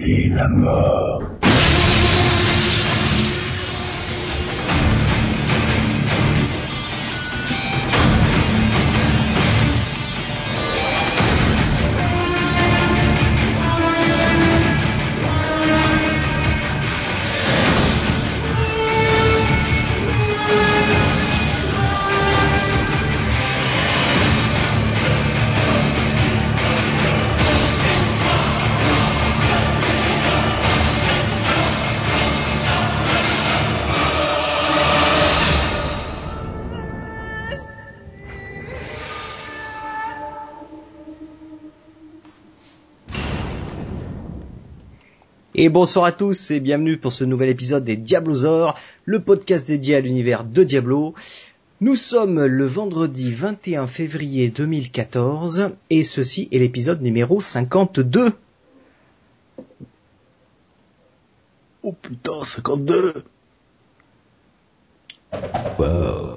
c'était la mort. Et bonsoir à tous et bienvenue pour ce nouvel épisode des Diablosaures, le podcast dédié à l'univers de Diablo. Nous sommes le vendredi 21 février 2014 et ceci est l'épisode numéro 52. Oh putain, 52. Wow.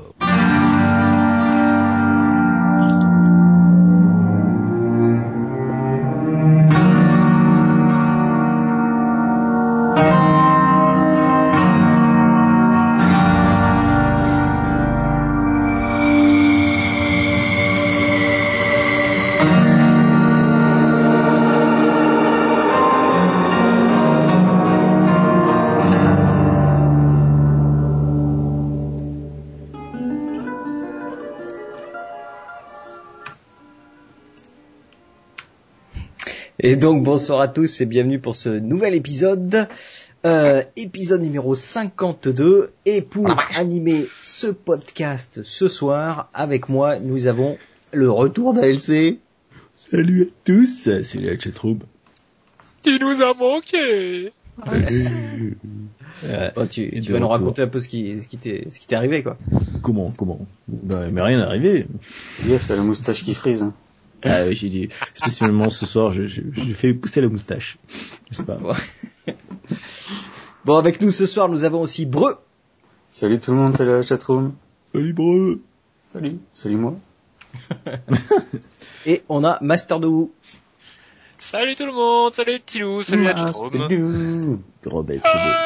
Et donc bonsoir à tous et bienvenue pour ce nouvel épisode, épisode numéro 52. Et pour animer ce podcast ce soir, avec moi, nous avons le retour d'ALC. Salut à tous, c'est la chatroom. Tu nous as manqué. Bon, tu vas nous raconter un peu ce qui t'est arrivé, quoi. Comment bah, mais rien n'est arrivé. Yes, t'as la moustache qui frise. Hein. Ah oui, j'ai dit spécialement ce soir, je fais pousser la moustache. C'est pas. Bon, avec nous ce soir, nous avons aussi Breu. Salut tout le monde, salut la chatroom. Salut Breu. Salut moi. Et on a Master de Who. Salut tout le monde, salut le petit loup, salut la chatroom. Gros bête.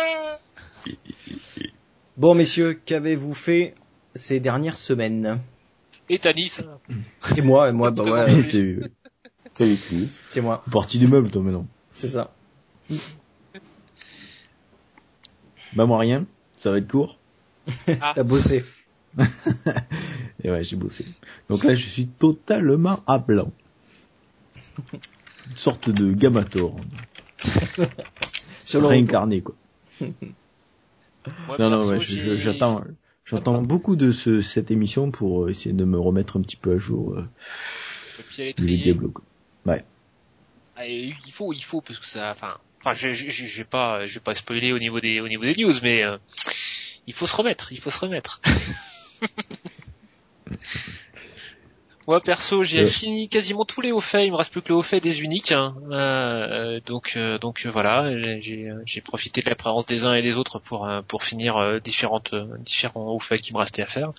Bon messieurs, qu'avez-vous fait ces dernières semaines? Et Tanis. Et moi, bah ouais. Salut Tanis. C'est moi. Partie du meuble toi maintenant. C'est ça. Bah moi rien, ça va être court. Ah. T'as bossé. Et ouais, j'ai bossé. Donc là, je suis totalement à blanc. Une sorte de Gamator. Réincarné, quoi. Moi, non, ouais, j'attends beaucoup de cette émission pour essayer de me remettre un petit peu à jour les Diablo, quoi. Ouais. Ah, il faut parce que ça, enfin, je vais pas spoiler au niveau des news, mais il faut se remettre. Moi perso, j'ai fini quasiment tous les hauts faits, il me reste plus que le haut fait des uniques, hein. Donc voilà, j'ai profité de la présence des uns et des autres pour finir différents hauts faits qui me restaient à faire.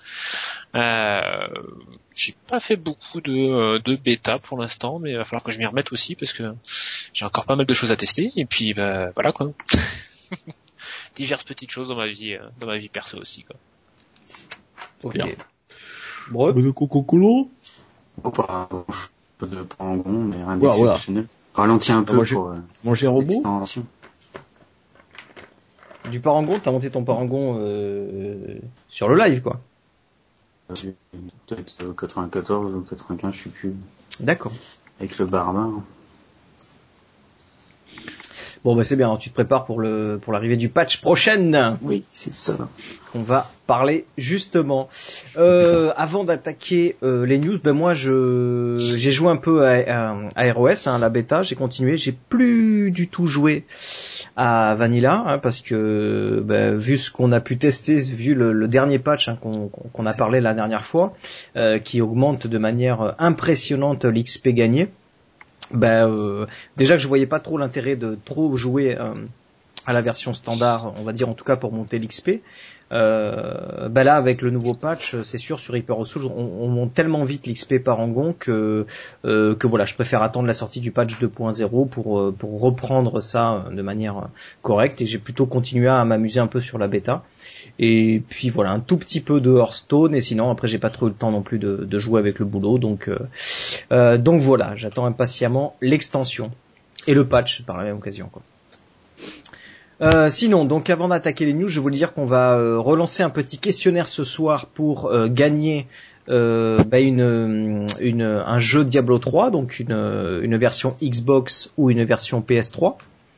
J'ai pas fait beaucoup de bêta pour l'instant, mais il va falloir que je m'y remette aussi parce que j'ai encore pas mal de choses à tester et puis voilà quoi. Diverses petites choses dans ma vie perso aussi quoi. Ok. Bien. Bref. De coco-colo. Pas de parangon, mais rien d'exceptionnel. Ralentis un peu pour manger un robot. l'extension. Du parangon, t'as monté ton parangon sur le live, quoi. Peut-être 94 ou 95, je sais plus. D'accord. Avec le barbare. Bon bah c'est bien, tu te prépares pour l'arrivée du patch prochaine. Oui, c'est ça. On va parler justement. Avant d'attaquer les news, ben moi j'ai joué un peu à ROS, hein, la bêta, j'ai continué, j'ai plus du tout joué à Vanilla, hein, parce que vu ce qu'on a pu tester, vu le dernier patch, hein, qu'on a parlé la dernière fois, qui augmente de manière impressionnante l'XP gagné. Déjà que je voyais pas trop l'intérêt de trop jouer à la version standard, on va dire en tout cas pour monter l'XP. Là avec le nouveau patch, c'est sûr sur Reaper of Souls, on monte tellement vite l'XP par Angon que voilà, je préfère attendre la sortie du patch 2.0 pour reprendre ça de manière correcte, et j'ai plutôt continué à m'amuser un peu sur la bêta. Et puis voilà, un tout petit peu de Hearthstone, et sinon après j'ai pas trop eu le temps non plus de jouer avec le boulot, donc voilà, j'attends impatiemment l'extension et le patch par la même occasion, quoi. Sinon, donc avant d'attaquer les news, je voulais dire qu'on va relancer un petit questionnaire ce soir pour gagner un jeu Diablo 3, donc une version Xbox ou une version PS3.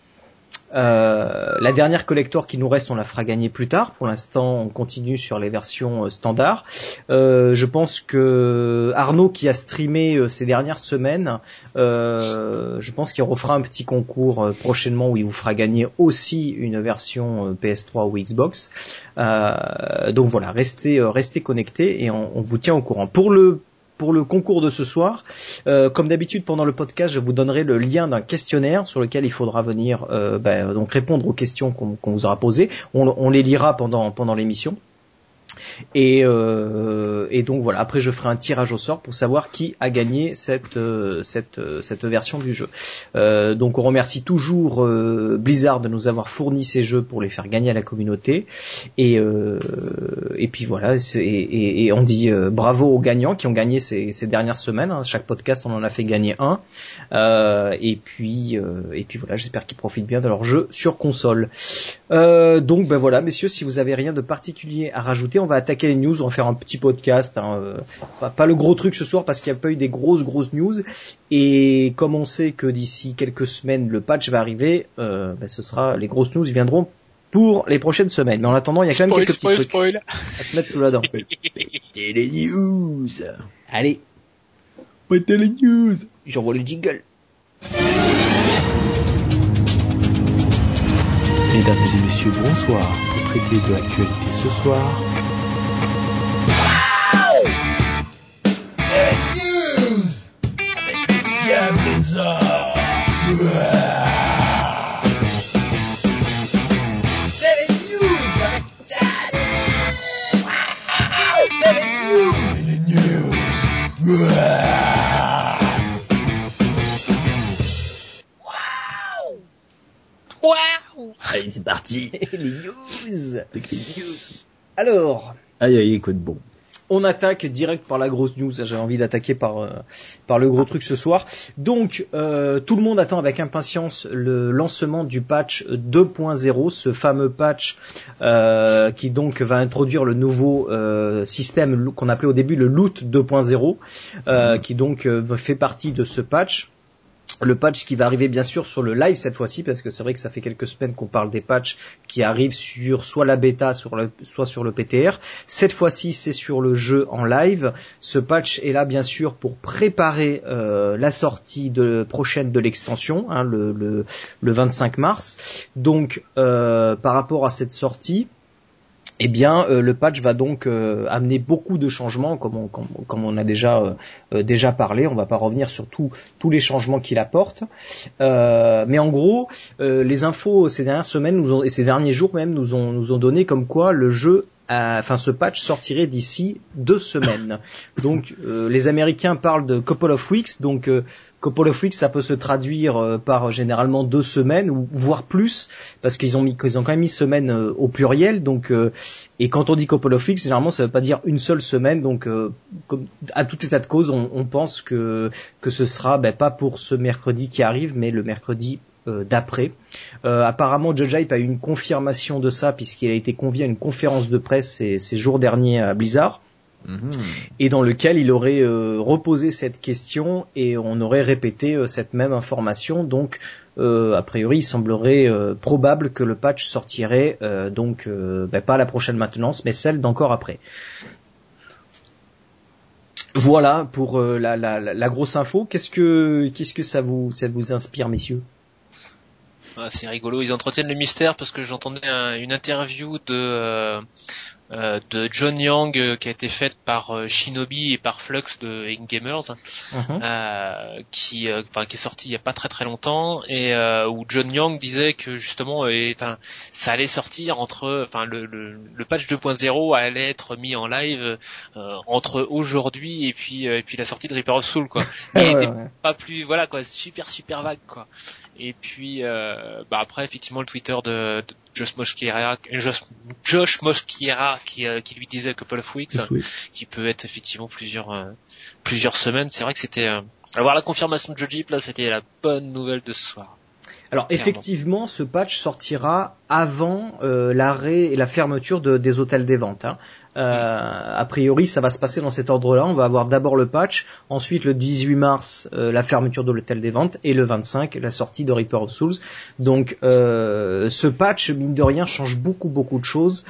La dernière collector qui nous reste, on la fera gagner plus tard. Pour l'instant, on continue sur les versions standards. Je pense que Arnaud, qui a streamé ces dernières semaines, je pense qu'il refera un petit concours prochainement où il vous fera gagner aussi une version PS3 ou Xbox. Donc voilà, restez connectés et on vous tient au courant. Pour le concours de ce soir, comme d'habitude pendant le podcast, je vous donnerai le lien d'un questionnaire sur lequel il faudra venir donc répondre aux questions qu'on vous aura posées. On les lira pendant l'émission. Et donc voilà, après je ferai un tirage au sort pour savoir qui a gagné cette version du jeu. Donc on remercie toujours Blizzard de nous avoir fourni ces jeux pour les faire gagner à la communauté, et puis voilà, et on dit bravo aux gagnants qui ont gagné ces dernières semaines, hein. Chaque podcast on en a fait gagner un, et puis voilà, j'espère qu'ils profitent bien de leur jeu sur console. Donc voilà messieurs, si vous avez rien de particulier à rajouter, on va attaquer les news, on va faire un petit podcast, hein, pas le gros truc ce soir parce qu'il n'y a pas eu des grosses news, et comme on sait que d'ici quelques semaines le patch va arriver, ce sera, les grosses news viendront pour les prochaines semaines. Mais en attendant, il y a quand même quelques petits trucs à se mettre sous la dent. Pétez les news. Allez, pétez les news. J'envoie le jingle. Mesdames et messieurs, bonsoir. Pour traiter de l'actualité ce soir, allez, c'est parti. Les news. Alors. Aïe, quoi de bon. On attaque direct par la grosse news. J'avais envie d'attaquer par le gros truc ce soir. Donc, tout le monde attend avec impatience le lancement du patch 2.0, ce fameux patch qui donc va introduire le nouveau système qu'on appelait au début le loot 2.0, qui donc fait partie de ce patch. Le patch qui va arriver bien sûr sur le live cette fois-ci, parce que c'est vrai que ça fait quelques semaines qu'on parle des patchs qui arrivent sur soit la bêta, soit sur le PTR. Cette fois-ci, c'est sur le jeu en live. Ce patch est là bien sûr pour préparer la sortie prochaine de l'extension, hein, le 25 mars. Donc, par rapport à cette sortie, eh bien, le patch va donc amener beaucoup de changements, comme on a déjà parlé. On va pas revenir sur tous les changements qu'il apporte, mais en gros, les infos ces dernières semaines et ces derniers jours même nous ont donné comme quoi le jeu, ce patch sortirait d'ici 2 semaines. Donc, les Américains parlent de couple of weeks. Donc, couple of weeks, ça peut se traduire par généralement 2 semaines ou voire plus, parce qu'ils ont quand même mis semaine au pluriel. Donc, et quand on dit couple of weeks, généralement ça veut pas dire une seule semaine. Donc, à tout état de cause, on pense que ce sera pas pour ce mercredi qui arrive, mais le mercredi d'après. Apparemment, Judge Hype a eu une confirmation de ça puisqu'il a été convié à une conférence de presse ces jours derniers à Blizzard. Et dans lequel il aurait reposé cette question et on aurait répété cette même information. Donc, a priori, il semblerait probable que le patch sortirait pas à la prochaine maintenance, mais celle d'encore après. Voilà pour la grosse info. Qu'est-ce que ça vous inspire, messieurs? C'est rigolo, ils entretiennent le mystère parce que j'entendais une interview de John Yang qui a été faite par Shinobi et par Flux de Ink Gamers, qui est sorti il y a pas très très longtemps, et où John Yang disait que justement ça allait sortir le patch 2.0 allait être mis en live entre aujourd'hui et puis la sortie de Reaper of Soul, quoi. Il était pas plus, voilà quoi, super vague, quoi. Et puis après effectivement le Twitter de Josh Mosquera qui lui disait a couple of weeks, qui peut être effectivement plusieurs semaines. C'est vrai que c'était avoir la confirmation de Joe Jeep, là, c'était la bonne nouvelle de ce soir. Alors clairement. Effectivement, ce patch sortira avant l'arrêt et la fermeture des hôtels des ventes. A priori, ça va se passer dans cet ordre-là. On va avoir d'abord le patch, ensuite le 18 mars la fermeture de l'hôtel des ventes et le 25 la sortie de Reaper of Souls. Donc ce patch, mine de rien, change beaucoup de choses.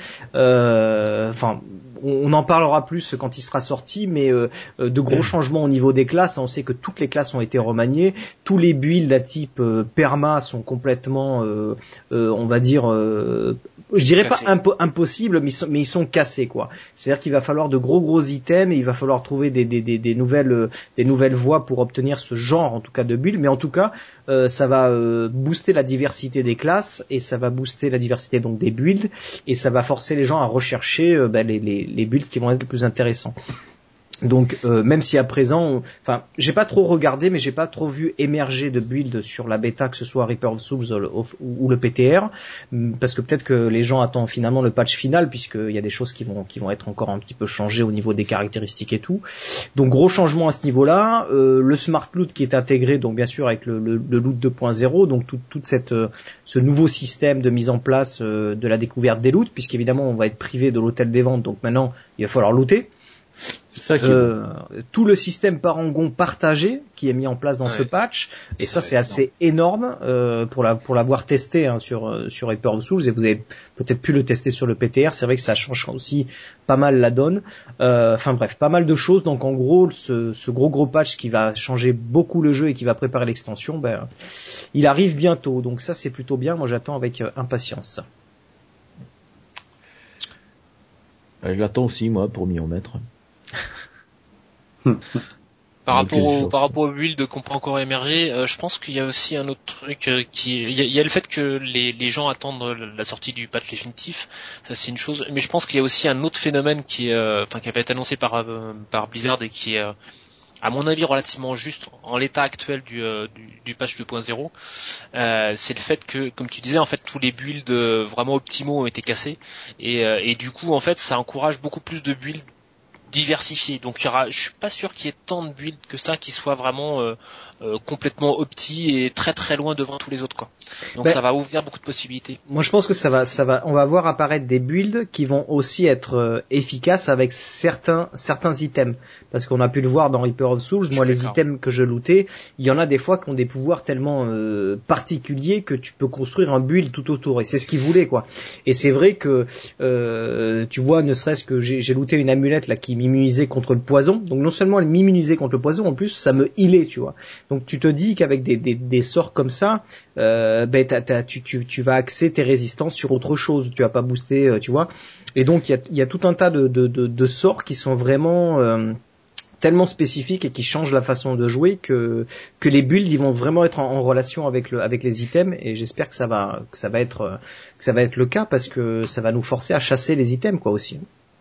On en parlera plus quand il sera sorti, mais de gros changements au niveau des classes. On sait que toutes les classes ont été remaniées, tous les builds à type perma sont complètement, on va dire, je dirais cassés. Pas impossibles, mais ils sont cassés, quoi. C'est-à-dire qu'il va falloir de gros items et il va falloir trouver des nouvelles voies pour obtenir ce genre, en tout cas, de build. Mais en tout cas, ça va booster la diversité des classes et ça va booster la diversité donc des builds et ça va forcer les gens à rechercher les builds qui vont être les plus intéressants. Donc même si à présent, j'ai pas trop regardé, mais j'ai pas trop vu émerger de build sur la bêta, que ce soit Reaper of Souls ou le PTR, parce que peut-être que les gens attendent finalement le patch final, puisqu'il y a des choses qui vont être encore un petit peu changées au niveau des caractéristiques et tout. Donc gros changement à ce niveau-là. Le smart loot qui est intégré, donc bien sûr avec le loot 2.0, donc toute ce nouveau système de mise en place de la découverte des loots, puisqu'évidemment on va être privé de l'hôtel des ventes, donc maintenant il va falloir looter. Ça qui tout le système parangon partagé qui est mis en place dans ce patch, et ça c'est assez énorme pour l'avoir testé sur Reaper of Souls, et vous avez peut-être pu le tester sur le PTR. C'est vrai que ça change aussi pas mal la donne. Bref, pas mal de choses. Donc en gros, ce gros patch qui va changer beaucoup le jeu et qui va préparer l'extension, il arrive bientôt. Donc ça c'est plutôt bien. Moi j'attends avec impatience. Je l'attends aussi moi pour m'y en mettre. Par rapport aux builds qui n'ont pas encore émergé, je pense qu'il y a aussi un autre truc il y a le fait que les gens attendent la sortie du patch définitif, ça c'est une chose, mais je pense qu'il y a aussi un autre phénomène qui avait été annoncé par Blizzard et qui est à mon avis relativement juste en l'état actuel du patch 2.0, c'est le fait que, comme tu disais, en fait tous les builds vraiment optimaux ont été cassés et du coup en fait ça encourage beaucoup plus de builds diversifié. Donc je suis pas sûr qu'il y ait tant de builds que ça qui soient vraiment complètement opti et très très loin devant tous les autres, quoi. Donc ça va ouvrir beaucoup de possibilités. Moi je pense que on va voir apparaître des builds qui vont aussi être efficaces avec certains items, parce qu'on a pu le voir dans Reaper of Souls. Moi les items que je lootais, il y en a des fois qui ont des pouvoirs tellement particuliers que tu peux construire un build tout autour, et c'est ce qu'ils voulaient, quoi. Et c'est vrai que tu vois, ne serait-ce que j'ai looté une amulette là qui m'immunisait contre le poison. Donc non seulement elle m'immunisait contre le poison, en plus ça me healait, tu vois. Donc tu te dis qu'avec des sorts comme ça, tu vas axer tes résistances sur autre chose. Tu vas pas booster, tu vois. Et donc il y a tout un tas de sorts qui sont vraiment tellement spécifiques et qui changent la façon de jouer que les builds ils vont vraiment être en relation avec les items, et j'espère que ça va être le cas, parce que ça va nous forcer à chasser les items, quoi, aussi.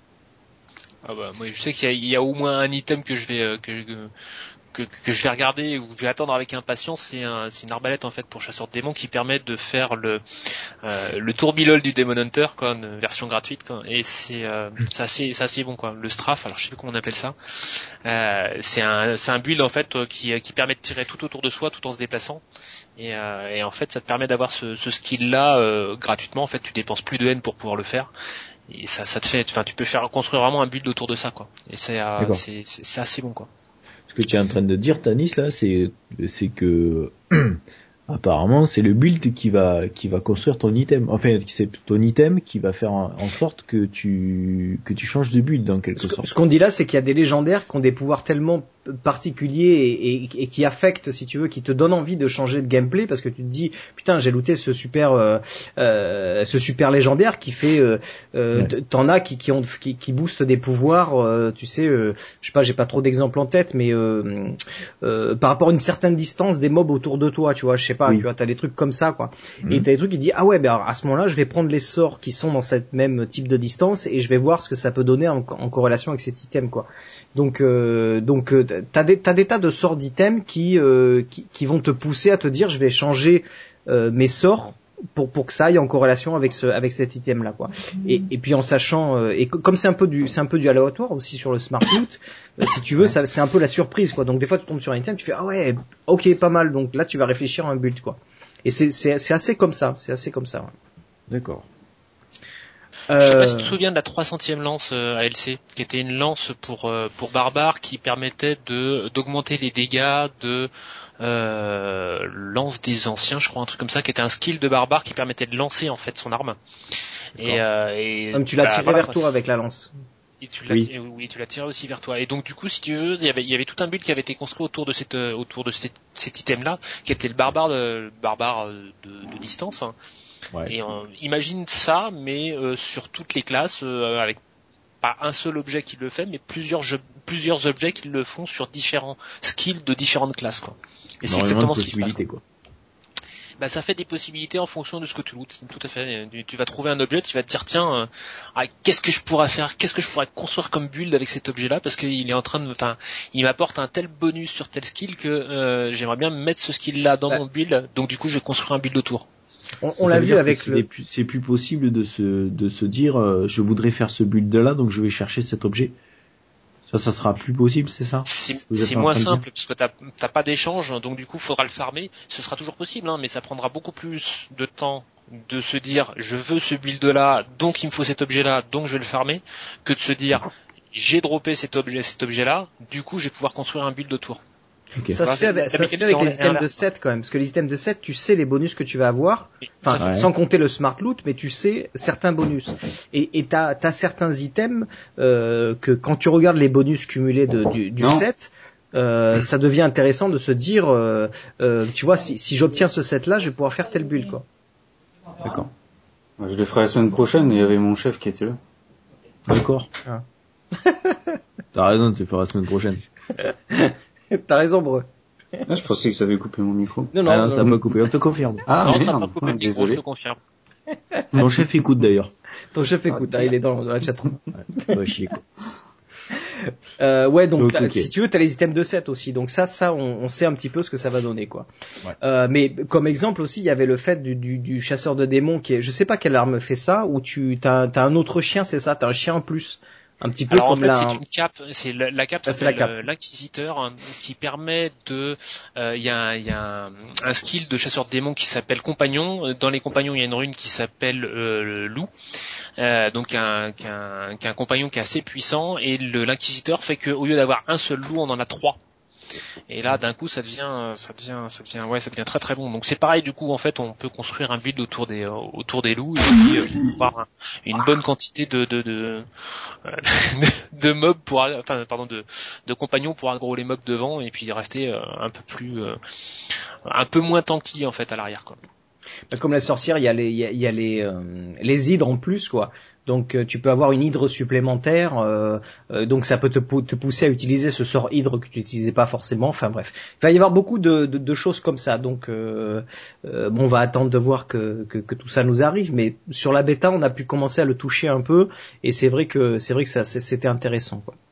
Ah bah moi je sais qu'il y a au moins un item que je vais que je vais regarder ou que je vais attendre avec impatience. C'est une arbalète en fait pour chasseur de démons qui permet de faire le tourbilol du Demon Hunter, quoi, une version gratuite, quoi. Et c'est assez bon, quoi. Le strafe, alors je sais plus comment on appelle ça. C'est un build en fait qui permet de tirer tout autour de soi tout en se déplaçant. Et en fait ça te permet d'avoir ce skill là gratuitement. En fait tu dépenses plus de haine pour pouvoir le faire. Et ça te fait, tu peux faire construire vraiment un build autour de ça, quoi. Et c'est assez bon, quoi. Ce que tu es en train de dire, Tanis, là, c'est que Apparemment, c'est le build qui va construire ton item. Enfin, c'est ton item qui va faire en sorte que tu changes de build en quelque sorte. Ce qu'on dit là, c'est qu'il y a des légendaires qui ont des pouvoirs tellement particuliers et qui affectent, si tu veux, qui te donnent envie de changer de gameplay parce que tu te dis putain, j'ai looté ce super légendaire qui fait t'en as qui boostent des pouvoirs, tu sais, je sais pas, j'ai pas trop d'exemples en tête, mais par rapport à une certaine distance des mobs autour de toi, tu vois, je sais pas, tu vois, t'as des trucs comme ça, quoi. Et t'as des trucs qui disent ah ouais, ben alors, à ce moment-là, je vais prendre les sorts qui sont dans cette même type de distance et je vais voir ce que ça peut donner en corrélation avec cet item, quoi. Donc t'as des tas de sorts d'items qui vont te pousser à te dire je vais changer mes sorts pour que ça aille en corrélation avec cet item là, quoi. Et puis en sachant et comme c'est un peu du aléatoire aussi sur le smart loot, si tu veux, ça c'est un peu la surprise, quoi. Donc des fois tu tombes sur un item, tu fais ah ouais, OK, pas mal. Donc là tu vas réfléchir à un build, quoi. Et c'est assez comme ça, ouais. D'accord. Je sais pas si tu te souviens de la 300e lance ALC, qui était une lance pour barbare qui permettait d'augmenter les dégâts de lance des anciens, je crois, un truc comme ça, qui était un skill de barbare qui permettait de lancer en fait son arme. Comme tu l'as tiré vers toi avec la lance. Et tu l'as tiré aussi vers toi. Et donc du coup, si tu veux, il y avait tout un build qui avait été construit autour de cet item-là, qui était le barbare de distance. Hein. Ouais. Et imagine ça, mais sur toutes les classes, avec pas un seul objet qui le fait, mais plusieurs objets qui le font sur différents skills de différentes classes, quoi. Et c'est exactement ce qui se passe, quoi. Bah, ça fait des possibilités en fonction de ce que tu lootes. Tout à fait. Tu vas trouver un objet, tu vas te dire tiens, qu'est-ce que je pourrais faire, qu'est-ce que je pourrais construire comme build avec cet objet-là, parce qu'il est en train de, il m'apporte un tel bonus sur tel skill que j'aimerais bien mettre ce skill-là dans mon build. Donc du coup, je vais construire un build autour. On l'a vu avec c'est plus possible de se dire je voudrais faire ce build là, donc je vais chercher cet objet. Ça sera plus possible, c'est ça? C'est moins simple parce que t'as pas d'échange, donc du coup faudra le farmer. Ce sera toujours possible, hein, mais ça prendra beaucoup plus de temps de se dire je veux ce build là, donc il me faut cet objet là, donc je vais le farmer, que de se dire j'ai droppé cet objet là, du coup je vais pouvoir construire un build autour. Okay. Ça se fait avec les items de set quand même, parce que les items de set, tu sais les bonus que tu vas avoir, sans compter le smart loot, mais tu sais certains bonus. Et t'as certains items que quand tu regardes les bonus cumulés du set, ça devient intéressant de se dire, tu vois, si j'obtiens ce set-là, je vais pouvoir faire tel build, quoi. D'accord. Je le ferai la semaine prochaine, et il y avait mon chef qui était là. D'accord. Ah. T'as raison, tu le feras la semaine prochaine. T'as raison, Breu. Ah, je pensais que ça avait coupé mon micro. Non, ça n'a pas coupé, on te confirme. Ah, non, ça n'a pas coupé le micro, je te confirme. Ton chef écoute d'ailleurs. Ton chef écoute, il est dans la chatroom. Ça va chier, quoi. Donc okay. Si tu veux, t'as les items de set aussi. Donc ça, on sait un petit peu ce que ça va donner, quoi. Ouais. Mais comme exemple aussi, il y avait le fait du chasseur de démons qui est, je sais pas quelle arme fait ça, où t'as un autre chien, c'est ça, t'as un chien en plus. Un petit peu. Alors comme en fait, c'est une cape, la cape s'appelle l'inquisiteur, hein, qui permet de, il y a un skill de chasseur de démons qui s'appelle compagnon. Dans les compagnons, il y a une rune qui s'appelle loup. Donc un compagnon qui est assez puissant, et l'inquisiteur fait que au lieu d'avoir un seul loup, on en a 3. Et là, d'un coup, ça devient très très bon. Donc c'est pareil, du coup, en fait, on peut construire un build autour des loups, et puis avoir une bonne quantité de mobs de compagnons pour aggro les mobs devant, et puis rester un peu moins tanky en fait à l'arrière, quoi. Comme la sorcière, il y a les hydres en plus, quoi. Donc tu peux avoir une hydre supplémentaire, donc ça peut te pousser à utiliser ce sort hydre que tu n'utilisais pas forcément. Enfin bref, il va y avoir beaucoup de choses comme ça. Donc on va attendre de voir que tout ça nous arrive. Mais sur la bêta, on a pu commencer à le toucher un peu, et c'est vrai que ça c'était intéressant, quoi.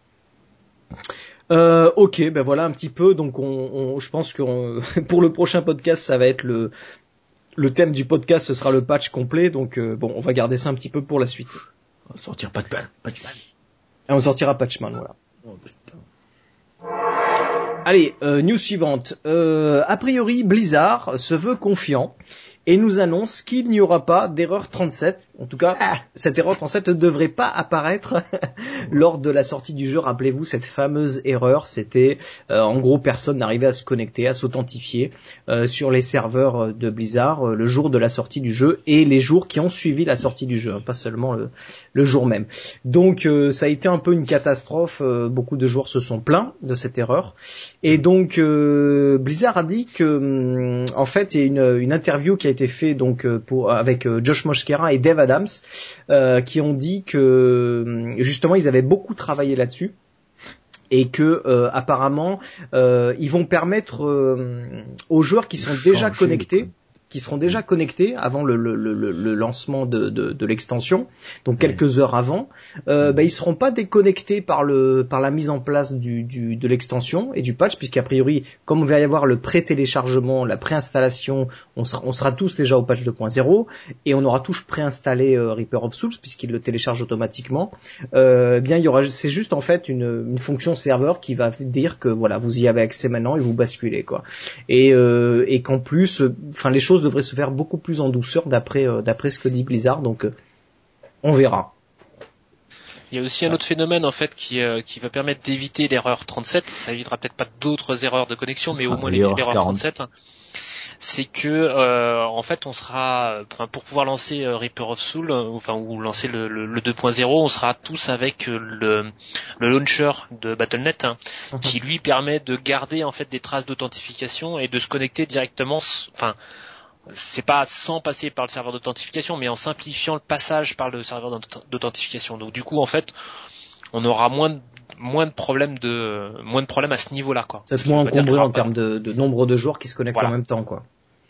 Ok, ben voilà un petit peu. Donc je pense que pour le prochain podcast, ça va être le thème du podcast, ce sera le patch complet, donc on va garder ça un petit peu pour la suite. On va sortir Patchman. Et on sortira Patchman, voilà. Oh, putain. Allez, news suivante. A priori, Blizzard se veut confiant et nous annonce qu'il n'y aura pas d'erreur 37. En tout cas, cette erreur 37 ne devrait pas apparaître lors de la sortie du jeu. Rappelez-vous, cette fameuse erreur, c'était en gros, personne n'arrivait à se connecter, à s'authentifier sur les serveurs de Blizzard le jour de la sortie du jeu et les jours qui ont suivi la sortie du jeu, pas seulement le jour même. Donc ça a été un peu une catastrophe. Beaucoup de joueurs se sont plaints de cette erreur. Et donc Blizzard a dit que en fait, il y a une interview qui a été faite donc avec Josh Mosquera et Dave Adams qui ont dit que justement ils avaient beaucoup travaillé là-dessus et que apparemment ils vont permettre aux joueurs qui sont déjà connectés qui seront déjà connectés avant le lancement de l'extension, donc quelques heures avant, ils seront pas déconnectés par la mise en place de l'extension et du patch, puisqu'a priori, comme il va y avoir le pré-téléchargement, la préinstallation, on sera tous déjà au patch 2.0 et on aura tous préinstallé Reaper of Souls puisqu'il le télécharge automatiquement. C'est juste en fait une fonction serveur qui va dire que voilà, vous y avez accès maintenant et vous basculez quoi. Et qu'en plus, les choses devrait se faire beaucoup plus en douceur d'après ce que dit Blizzard, donc on verra. Il y a aussi un autre phénomène en fait qui va permettre d'éviter l'erreur 37, ça évitera peut-être pas d'autres erreurs de connexion, mais au moins l'erreur 37. C'est que en fait on sera, pour pouvoir lancer Reaper of Souls, ou lancer le 2.0, on sera tous avec le launcher de Battle.net qui lui permet de garder en fait des traces d'authentification et de se connecter directement, c'est pas sans passer par le serveur d'authentification, mais en simplifiant le passage par le serveur d'authentification. Donc du coup, en fait, on aura moins de problèmes à ce niveau-là, quoi. Ça va être moins encombré en termes de nombre de joueurs qui se connectent en même temps, quoi.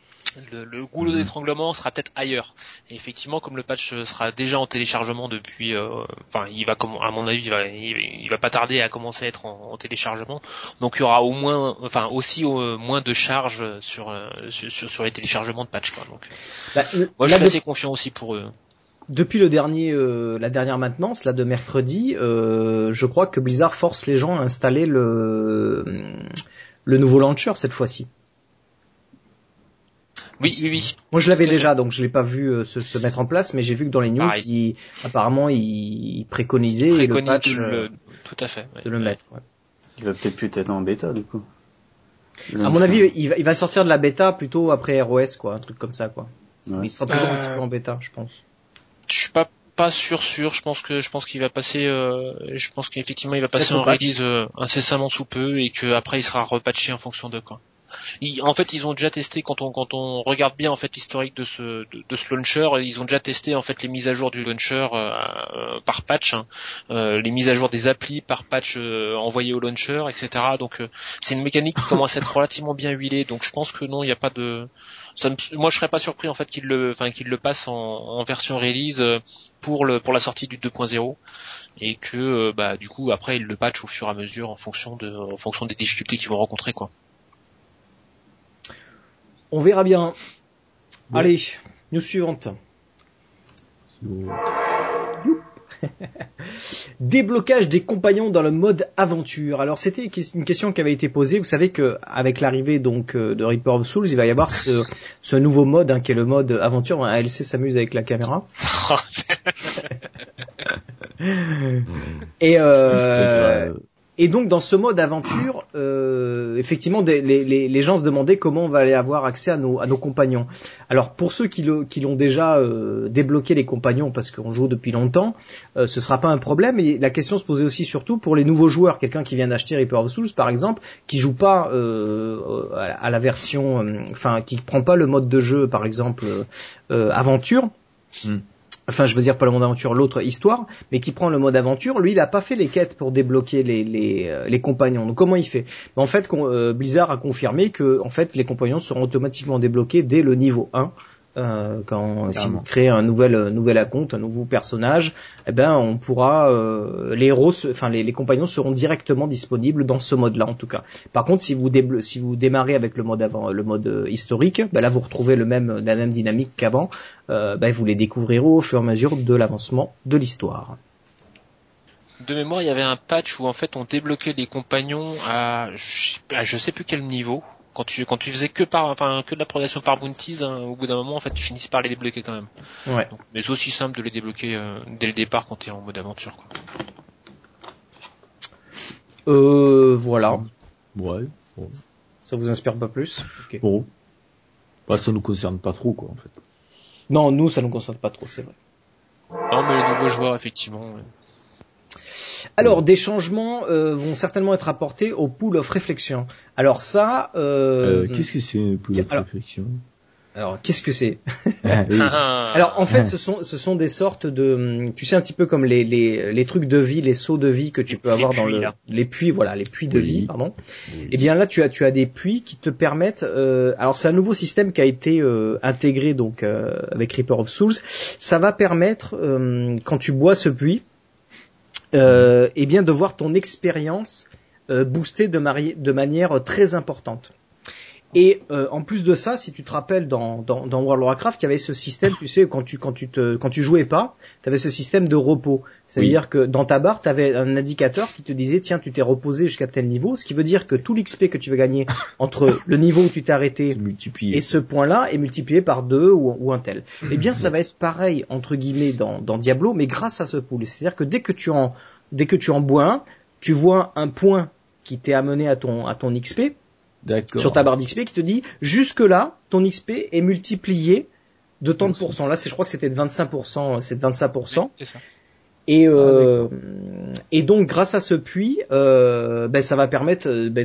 Le goulot d'étranglement sera peut-être ailleurs. Et effectivement, comme le patch sera déjà en téléchargement depuis, il va, à mon avis, il va pas tarder à commencer à être en téléchargement. Donc il y aura moins de charges sur les téléchargements de patch, quoi. Donc, moi je suis assez confiant aussi pour eux. Depuis la dernière maintenance, là, de mercredi, je crois que Blizzard force les gens à installer le nouveau launcher cette fois-ci. Oui. Moi, je l'avais déjà, donc je l'ai pas vu se mettre en place, mais j'ai vu que dans les news, apparemment, il préconisait le patch tout à fait, de le mettre. Ouais. Il va peut-être plus être en bêta, du coup. À mon avis, il va sortir de la bêta plutôt après ROS, quoi, un truc comme ça, quoi. Ouais. Mais il sera toujours un petit peu en bêta, je pense. Je suis pas sûr. Je pense qu'il va passer. Je pense qu'effectivement, il va passer en release incessamment sous peu et que après, il sera repatché en fonction de quoi. En fait, ils ont déjà testé quand on regarde bien en fait l'historique de ce launcher, ils ont déjà testé en fait les mises à jour du launcher par patch, les mises à jour des applis par patch envoyées au launcher, etc. Donc c'est une mécanique qui commence à être relativement bien huilée. Donc je pense que non, il n'y a pas de. Moi, je serais pas surpris en fait qu'il le passe en version release pour la sortie du 2.0 et que du coup après il le patch au fur et à mesure en fonction des difficultés qu'ils vont rencontrer, quoi. On verra bien. Bon. Allez, news suivante. Déblocage des compagnons dans le mode aventure. Alors c'était une question qui avait été posée. Vous savez que avec l'arrivée donc de Reaper of Souls, il va y avoir ce nouveau mode qui est le mode aventure. ALC s'amuse avec la caméra. Et donc dans ce mode aventure, effectivement, les gens se demandaient comment on va aller avoir accès à nos compagnons. Alors pour ceux qui l'ont déjà débloqué les compagnons parce qu'on joue depuis longtemps, ce sera pas un problème. Et la question se posait aussi surtout pour les nouveaux joueurs, quelqu'un qui vient d'acheter Reaper of Souls par exemple, qui joue pas à la version, qui prend pas le mode de jeu par exemple aventure. Enfin, je veux dire pas le mode aventure, l'autre histoire, mais qui prend le mode aventure. Lui, il a pas fait les quêtes pour débloquer les compagnons. Donc, comment il fait ? En fait, Blizzard a confirmé que, en fait, les compagnons seront automatiquement débloqués dès le niveau 1. Si vous créez un nouvel compte, un nouveau personnage, on pourra les héros, les compagnons seront directement disponibles dans ce mode-là en tout cas. Par contre, si vous démarrez avec le mode historique, là vous retrouvez la même dynamique qu'avant. Vous les découvrirez au fur et à mesure de l'avancement de l'histoire. de mémoire, il y avait un patch où en fait on débloquait les compagnons à je sais plus quel niveau. Quand tu faisais que de la progression par bounties, hein, au bout d'un moment en fait tu finissais par les débloquer quand même. Ouais. Donc, mais c'est aussi simple de les débloquer dès le départ quand tu es en mode aventure, quoi. Voilà. Ouais. Bon. Ça vous inspire pas plus? Okay. Bon. Bah, ça nous concerne pas trop, quoi, en fait. Non, nous, ça nous concerne pas trop, c'est vrai. Non, mais les nouveaux joueurs, effectivement. Ouais. Alors, des changements vont certainement être apportés au pool of réflexion. Alors ça... qu'est-ce que c'est un pool of réflexion? Alors, qu'est-ce que c'est? Oui. Alors, en fait, ce sont des sortes de, tu sais, un petit peu comme les trucs de vie, les seaux de vie que tu peux avoir dans les puits, voilà, les puits de vie, pardon. Oui. Et bien là, tu as des puits qui te permettent, alors c'est un nouveau système qui a été intégré donc avec Reaper of Souls. Ça va permettre, quand tu bois ce puits, eh bien de voir ton expérience boostée de manière très importante. Et en plus de ça, si tu te rappelles dans World of Warcraft, il y avait ce système, tu sais, quand tu jouais pas, tu avais ce système de repos. C'est-à-dire que dans ta barre, tu avais un indicateur qui te disait tiens, tu t'es reposé jusqu'à tel niveau, ce qui veut dire que tout l'XP que tu vas gagner entre le niveau où tu t'es arrêté et ce point-là est multiplié par 2 ou un tel. Eh bien, ça va être pareil entre guillemets dans Diablo, mais grâce à ce pool. C'est-à-dire que dès que tu en bois un, tu vois un point qui t'est amené à ton XP. D'accord. Sur ta barre d'XP qui te dit jusque là ton XP est multiplié de tant de pourcents. Là, je crois que c'était de 25%, c'est de 25%. Oui, c'est ça. Et donc grâce à ce puits, ça va permettre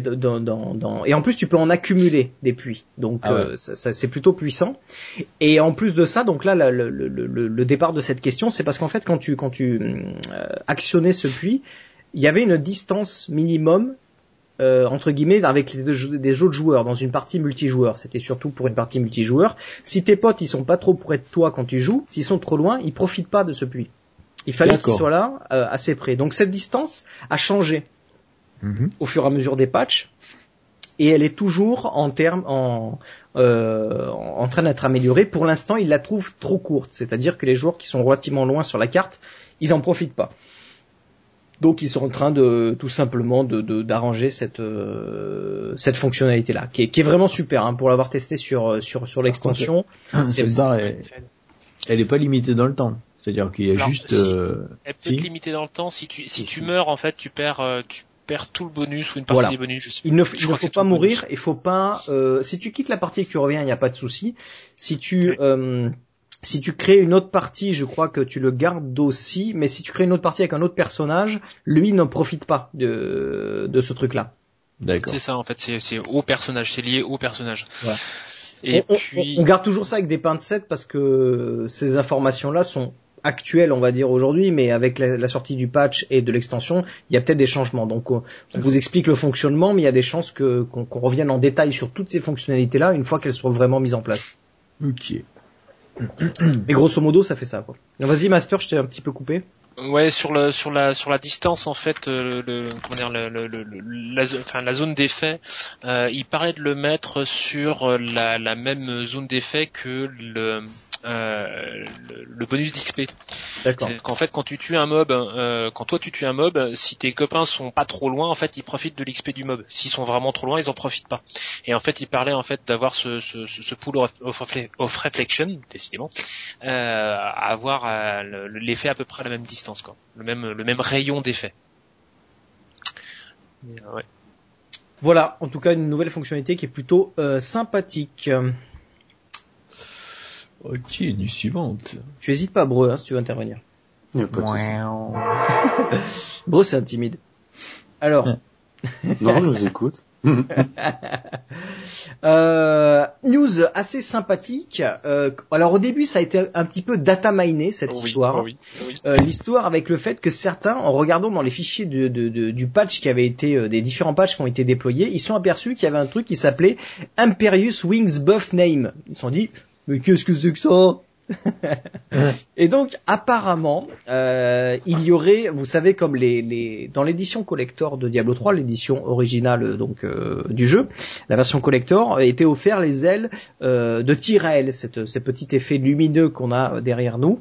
et en plus tu peux en accumuler des puits. Donc ça, c'est plutôt puissant. Et en plus de ça, donc là le départ de cette question, c'est parce qu'en fait quand tu actionnais ce puits, il y avait une distance minimum entre guillemets avec des autres joueurs dans une partie multijoueur. C'était surtout pour une partie multijoueur. Si tes potes ils sont pas trop près de toi quand tu joues, s'ils sont trop loin, ils profitent pas de ce puits. Il fallait qu'ils soient là assez près. Donc cette distance a changé au fur et à mesure des patchs et elle est toujours en train d'être améliorée. Pour l'instant, ils la trouvent trop courte, c'est-à-dire que les joueurs qui sont relativement loin sur la carte, ils en profitent pas. Donc ils sont en train de tout simplement d'arranger cette fonctionnalité là qui est vraiment super hein, pour l'avoir testé sur l'extension. Cette barre elle est pas limitée dans le temps. C'est-à-dire qu'il y a juste elle peut être limitée dans le temps si tu meurs en fait tu perds tout le bonus ou une partie des bonus. Il ne faut pas mourir, il faut pas si tu quittes la partie et que tu reviens, il n'y a pas de souci. Si tu crées une autre partie, je crois que tu le gardes aussi, mais si tu crées une autre partie avec un autre personnage, lui ne profite pas de ce truc-là. D'accord. C'est ça, en fait, c'est au personnage, c'est lié au personnage. Voilà. Et on garde toujours ça avec des pincettes parce que ces informations-là sont actuelles, on va dire aujourd'hui, mais avec la sortie du patch et de l'extension, il y a peut-être des changements. Donc on vous explique le fonctionnement, mais il y a des chances qu'on revienne en détail sur toutes ces fonctionnalités-là une fois qu'elles seront vraiment mises en place. Ok. Mais grosso modo, ça fait ça, quoi. Donc, vas-y, Master, je t'ai un petit peu coupé. Ouais, sur la distance en fait, la zone d'effet, il parlait de le mettre sur la même zone d'effet que le bonus d'XP. D'accord. C'est qu'en fait, quand tu tues un mob, quand toi tu tues un mob, si tes copains sont pas trop loin, en fait, ils profitent de l'XP du mob. S'ils sont vraiment trop loin, ils en profitent pas. Et en fait, il parlait en fait d'avoir ce pool of reflection, décidément, avoir l'effet à peu près à la même distance, quoi. Le même rayon d'effet. Ouais. Voilà, en tout cas, une nouvelle fonctionnalité qui est plutôt sympathique. Ok, du suivante. Tu hésites pas, Bro, hein, si tu veux intervenir. Il n'y a pas de souci. Bro, c'est intimide. Alors. Non, je vous écoute. News assez sympathique. Alors au début, ça a été un petit peu data miné cette histoire. Oui. L'histoire avec le fait que certains, en regardant dans les fichiers du patch qui avait été des différents patchs qui ont été déployés, ils sont aperçus qu'il y avait un truc qui s'appelait Imperious Wings Buff Name. Ils se sont dit mais qu'est-ce que c'est que ça? Et donc apparemment, il y aurait, vous savez, comme dans l'édition collector de Diablo 3, l'édition originale donc du jeu, la version collector était offert les ailes de Tyrael, ces petits effets lumineux qu'on a derrière nous.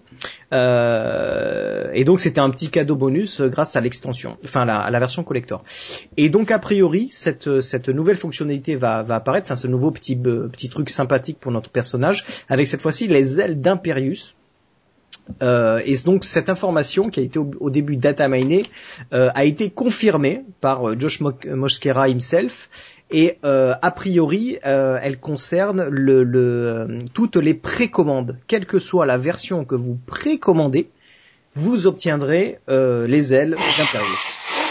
Et donc c'était un petit cadeau bonus grâce à l'extension, enfin à la version collector. Et donc a priori cette nouvelle fonctionnalité va apparaître, enfin ce nouveau petit truc sympathique pour notre personnage, avec cette fois-ci les ailes d'Imperius. Et donc cette information qui a été au début data minée a été confirmée par Josh Mosquera himself. Et a priori, elle concerne toutes les précommandes, quelle que soit la version que vous précommandez, vous obtiendrez les ailes d'Imperius.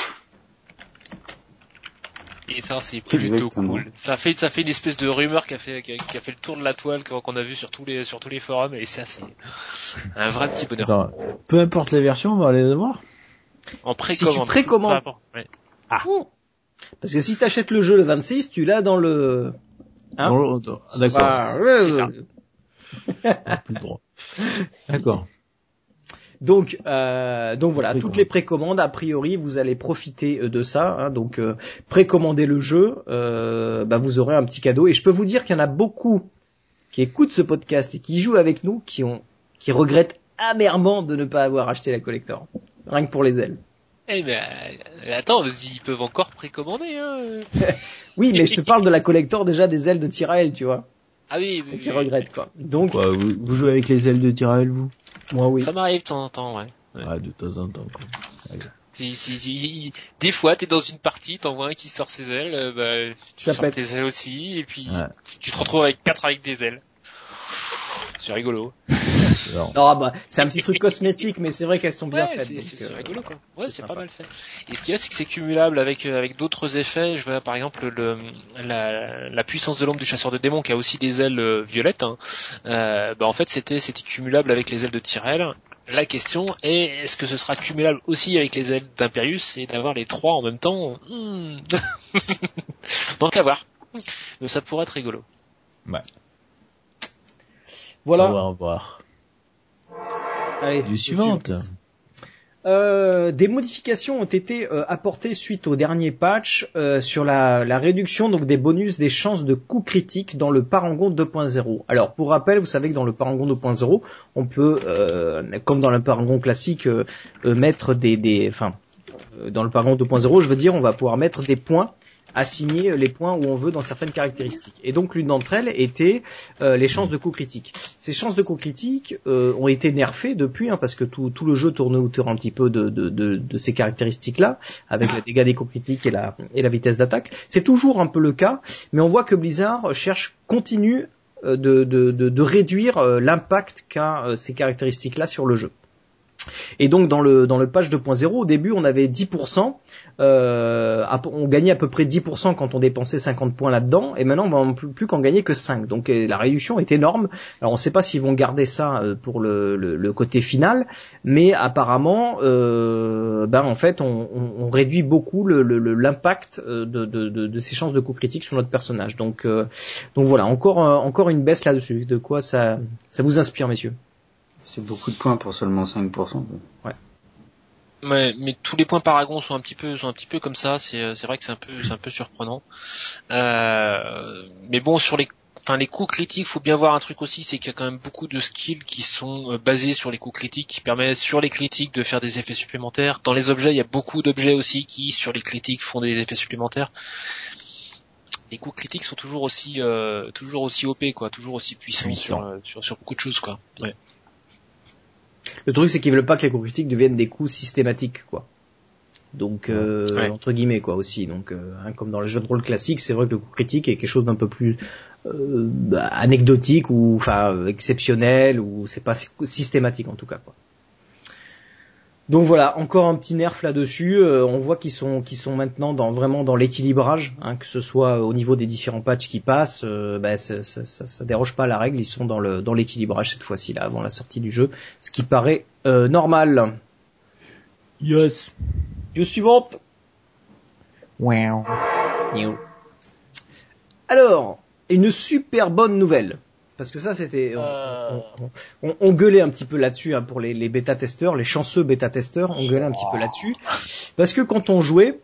Et ça, c'est plutôt cool. Ça fait une espèce de rumeur qui a fait le tour de la toile qu'on a vu sur tous les forums, et ça, c'est un vrai petit bonheur. Attends, peu importe les versions, on va aller les voir. En précommande. Si tu précommandes. Ouais. Ah. Parce que si t'achètes le jeu le 26, tu l'as dans le, hein? D'accord. Ah, c'est ça. Plus droit. D'accord. Donc voilà, toutes les précommandes, a priori, vous allez profiter de ça. Hein, donc précommandez le jeu, vous aurez un petit cadeau. Et je peux vous dire qu'il y en a beaucoup qui écoutent ce podcast et qui jouent avec nous, qui regrettent amèrement de ne pas avoir acheté la collector, rien que pour les ailes. Eh ben, attends, ils peuvent encore précommander. Hein. Oui, mais je te parle de la collector déjà des ailes de Tyrael, tu vois. Ah oui. Qui regrettent quoi. Donc, quoi, vous jouez avec les ailes de Tyrael, vous? Moi, oui. Ça m'arrive de temps en temps, ouais. Ah, de temps en temps, quoi. Allez. Des fois, t'es dans une partie, t'en vois un qui sort ses ailes, tu sors tes ailes aussi, et puis tu te retrouves avec 4 avec des ailes. C'est rigolo. Non, c'est un petit truc cosmétique, mais c'est vrai qu'elles sont bien faites. C'est rigolo, quoi. Ouais, c'est pas mal fait. Et ce qu'il y a, c'est que c'est cumulable avec d'autres effets. Je vois, par exemple, la puissance de l'ombre du chasseur de démons, qui a aussi des ailes violettes, hein. En fait, c'était cumulable avec les ailes de Tyrell. La question est, est-ce que ce sera cumulable aussi avec les ailes d'Imperius, et d'avoir les 3 en même temps? Donc à voir. Mais ça pourrait être rigolo. Ouais. Voilà. On va voir. Allez, Du suivante. Des modifications ont été apportées suite au dernier patch sur la réduction donc des bonus des chances de coups critiques dans le Parangon 2.0. Alors pour rappel, vous savez que dans le Parangon 2.0, on peut, comme dans le Parangon classique, mettre dans le Parangon 2.0, je veux dire, on va pouvoir mettre des points, assigner les points où on veut dans certaines caractéristiques. Et donc l'une d'entre elles était les chances de coups critiques. Ces chances de coups critiques ont été nerfées depuis, hein, parce que tout le jeu tourne autour un petit peu de ces caractéristiques-là, avec les dégâts des coups critiques et la vitesse d'attaque. C'est toujours un peu le cas, mais on voit que Blizzard continue de réduire l'impact qu'a ces caractéristiques-là sur le jeu. Et donc dans le patch 2.0, au début on avait 10%, on gagnait à peu près 10% quand on dépensait 50 points là-dedans, et maintenant on va plus qu'en gagner que 5. Donc la réduction est énorme. Alors on ne sait pas s'ils vont garder ça pour le côté final, mais apparemment en fait on réduit beaucoup l'impact de ces chances de coup critique sur notre personnage. Donc voilà, encore une baisse là-dessus. De quoi ça vous inspire, messieurs? C'est beaucoup de points pour seulement 5%. Ouais. Mais tous les points Paragon sont un petit peu comme ça. C'est vrai que c'est un peu surprenant. Mais bon, sur les coups critiques, faut bien voir un truc aussi, c'est qu'il y a quand même beaucoup de skills qui sont basés sur les coups critiques, qui permettent sur les critiques de faire des effets supplémentaires. Dans les objets, il y a beaucoup d'objets aussi qui, sur les critiques, font des effets supplémentaires. Les coups critiques sont toujours aussi OP, quoi, toujours aussi puissants sur beaucoup de choses, quoi. Ouais. Le truc, c'est qu'ils veulent pas que les coups critiques deviennent des coups systématiques, quoi. Donc, entre guillemets, quoi, aussi. Donc, comme dans les jeux de rôle classiques, c'est vrai que le coup critique est quelque chose d'un peu plus anecdotique ou, exceptionnel, ou c'est pas systématique en tout cas, quoi. Donc voilà, encore un petit nerf là-dessus. On voit qu'ils sont maintenant vraiment dans l'équilibrage, hein, que ce soit au niveau des différents patchs qui passent. Ça déroge pas à la règle. Ils sont dans l'équilibrage cette fois-ci là, avant la sortie du jeu, ce qui paraît normal. Yes. News suivante. Wow. Alors, une super bonne nouvelle. Parce que ça, c'était, on gueulait un petit peu là-dessus, hein, pour les bêta-testeurs, les chanceux bêta-testeurs, on gueulait un petit peu là-dessus. Parce que quand on jouait,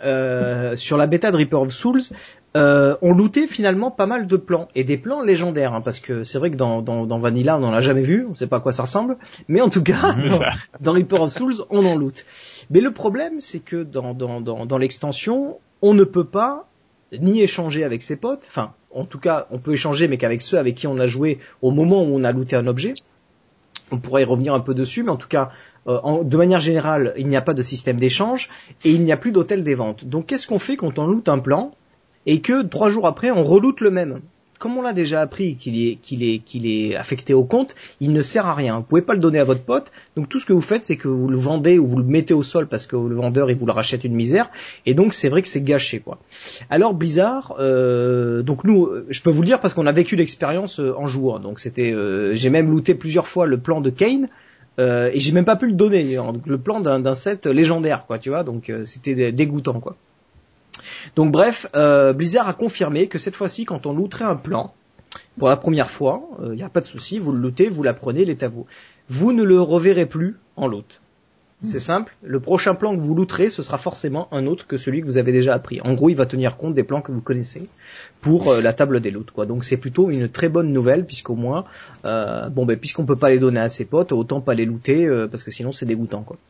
sur la bêta de Reaper of Souls, on lootait finalement pas mal de plans, et des plans légendaires, hein, parce que c'est vrai que dans Vanilla, on n'en a jamais vu, on sait pas à quoi ça ressemble, mais en tout cas, dans Reaper of Souls, on en loot. Mais le problème, c'est que dans l'extension, on ne peut pas ni échanger avec ses potes, enfin, en tout cas, on peut échanger, mais qu'avec ceux avec qui on a joué au moment où on a looté un objet. On pourrait y revenir un peu dessus, mais en tout cas, de manière générale, il n'y a pas de système d'échange et il n'y a plus d'hôtel des ventes. Donc, qu'est-ce qu'on fait quand on loot un plan et que 3 jours après, on reloote le même? Comme on l'a déjà appris qu'il est affecté au compte, il ne sert à rien. Vous pouvez pas le donner à votre pote. Donc tout ce que vous faites, c'est que vous le vendez ou vous le mettez au sol parce que le vendeur il vous le rachète une misère. Et donc c'est vrai que c'est gâché, quoi. Alors Blizzard, donc nous, je peux vous le dire parce qu'on a vécu l'expérience en jouant. Donc c'était, j'ai même looté plusieurs fois le plan de Kain. Et j'ai même pas pu le donner, donc le plan d'un set légendaire, quoi, tu vois. Donc c'était dégoûtant, quoi. Donc bref, Blizzard a confirmé que cette fois-ci, quand on looterait un plan, pour la première fois, il n'y a pas de souci, vous le lootez, vous l'apprenez, il est à vous. Vous ne le reverrez plus en loot. C'est simple, le prochain plan que vous looterez, ce sera forcément un autre que celui que vous avez déjà appris. En gros, il va tenir compte des plans que vous connaissez pour la table des loots, quoi. Donc c'est plutôt une très bonne nouvelle, puisqu'au moins, puisqu'on peut pas les donner à ses potes, autant pas les looter, parce que sinon c'est dégoûtant, quoi.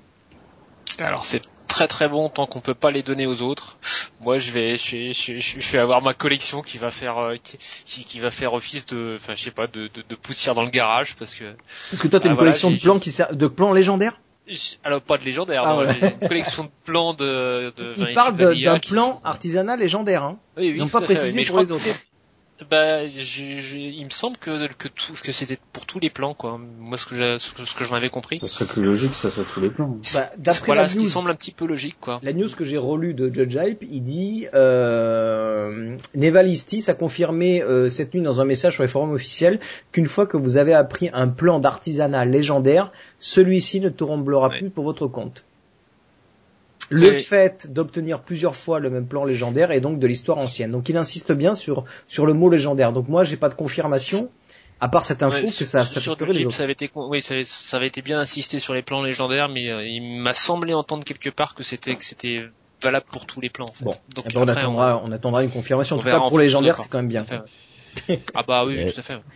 Alors c'est très très bon tant qu'on peut pas les donner aux autres. Moi je vais avoir ma collection qui va faire qui va faire office de, enfin je sais pas, de poussière dans le garage parce que toi t'as une collection de plans de plans légendaires. Alors pas de légendaire, j'ai une collection de plans de il parle d'un plan artisanal légendaire, hein. Oui, ils n'ont pas précisé pour les autres. Bah, il me semble que c'était pour tous les plans, quoi. Moi, ce que j'en avais compris. Ça serait plus logique que ça soit tous les plans. Bah, d'après la news, ce qui semble un petit peu logique, quoi. La news que j'ai relue de Judge Hype, il dit, Nevalistis a confirmé cette nuit dans un message sur les forums officiels qu'une fois que vous avez appris un plan d'artisanat légendaire, celui-ci ne tombera plus pour votre compte. Le fait d'obtenir plusieurs fois le même plan légendaire est donc de l'histoire ancienne. Donc il insiste bien sur le mot légendaire. Donc moi j'ai pas de confirmation à part cette info que ça affecterait les autres. Ça avait été bien insisté sur les plans légendaires, mais il m'a semblé entendre quelque part que c'était valable pour tous les plans. En fait. Bon, donc on attendra une confirmation. En tout cas pour les légendaires c'est quand même bien. Ah bah oui, tout à fait.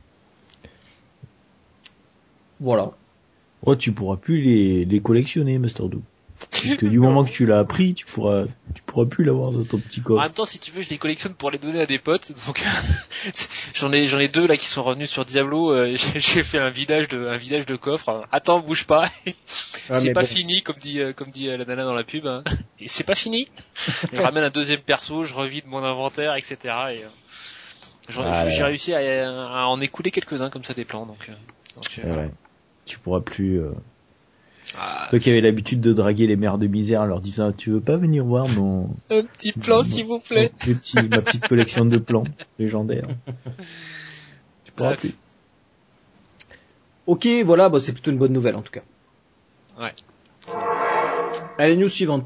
Voilà. Oh, tu pourras plus les collectionner, Master Do. Parce que du moment que tu l'as appris, tu pourras plus l'avoir dans ton petit coffre. En même temps, si tu veux, je les collectionne pour les donner à des potes. Donc j'en ai 2 là qui sont revenus sur Diablo. J'ai fait un vidage de coffre. Attends, bouge pas. C'est pas fini, comme dit la nana dans la pub. Hein. Et c'est pas fini. Je ramène un deuxième perso, je revide mon inventaire, etc. Et j'ai réussi à en écouler quelques-uns comme ça des plans. Donc ouais. Tu pourras plus. Toi qui avais l'habitude de draguer les mères de misère en leur disant tu veux pas venir voir un petit plan s'il vous plaît, ma petite collection de plans légendaires. Tu pourras plus. Ok, voilà, c'est plutôt une bonne nouvelle en tout cas. Ouais. Allez, news suivante.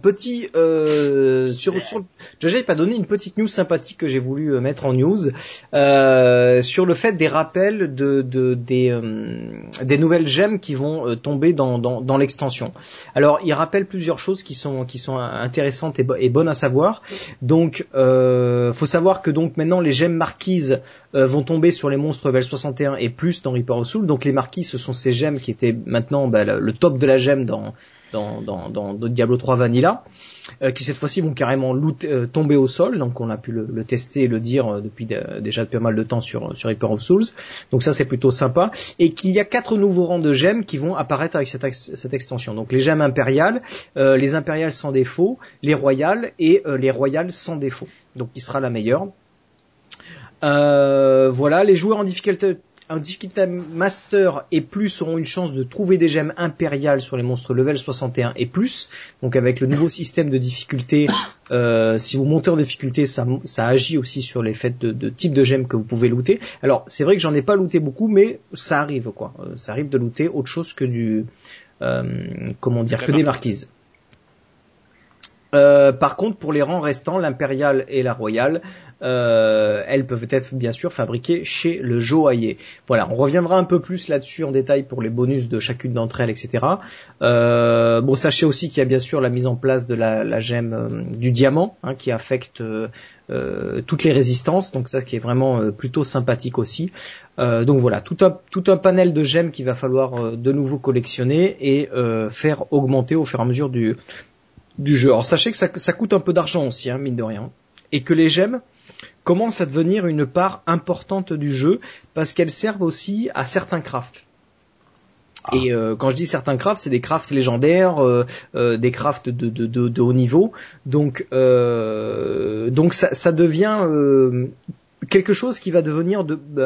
J'ai pas donné une petite news sympathique que j'ai voulu mettre en news sur le fait des rappels des nouvelles gemmes qui vont tomber dans l'extension. Alors, il rappelle plusieurs choses qui sont intéressantes et bonnes à savoir. Donc, faut savoir que donc maintenant les gemmes marquises vont tomber sur les monstres level 61 et plus dans Reaper of Souls. Donc les marquises, ce sont ces gemmes qui étaient maintenant le top de la gemme dans Diablo 3 Vanilla, qui cette fois-ci vont carrément tomber au sol. Donc on a pu le tester et le dire depuis déjà pas mal de temps sur Reaper of Souls. Donc ça c'est plutôt sympa. Et qu'il y a 4 nouveaux rangs de gemmes qui vont apparaître avec cette extension. Donc les gemmes impériales, les impériales sans défaut, les royales et les royales sans défaut. Donc qui sera la meilleure. Voilà, les joueurs en difficulté master et plus auront une chance de trouver des gemmes impériales sur les monstres level 61 et plus. Donc avec le nouveau système de difficulté, si vous montez en difficulté, ça agit aussi sur les faits de type de gemmes que vous pouvez looter. Alors c'est vrai que j'en ai pas looté beaucoup, mais ça arrive quoi. Ça arrive de looter autre chose que que des marquises. Par contre, pour les rangs restants, l'impériale et la royale, elles peuvent être bien sûr fabriquées chez le joaillier. Voilà, on reviendra un peu plus là-dessus en détail pour les bonus de chacune d'entre elles, etc. Bon, sachez aussi qu'il y a bien sûr la mise en place de la gemme du diamant, hein, qui affecte toutes les résistances, donc ça qui est vraiment plutôt sympathique aussi. Donc voilà, tout un panel de gemmes qu'il va falloir de nouveau collectionner et faire augmenter au fur et à mesure du jeu. Alors sachez que ça coûte un peu d'argent aussi, hein, mine de rien, et que les gemmes commencent à devenir une part importante du jeu parce qu'elles servent aussi à certains crafts. Et quand je dis certains crafts, c'est des crafts légendaires, des crafts de haut niveau. Donc ça devient quelque chose qui va devenir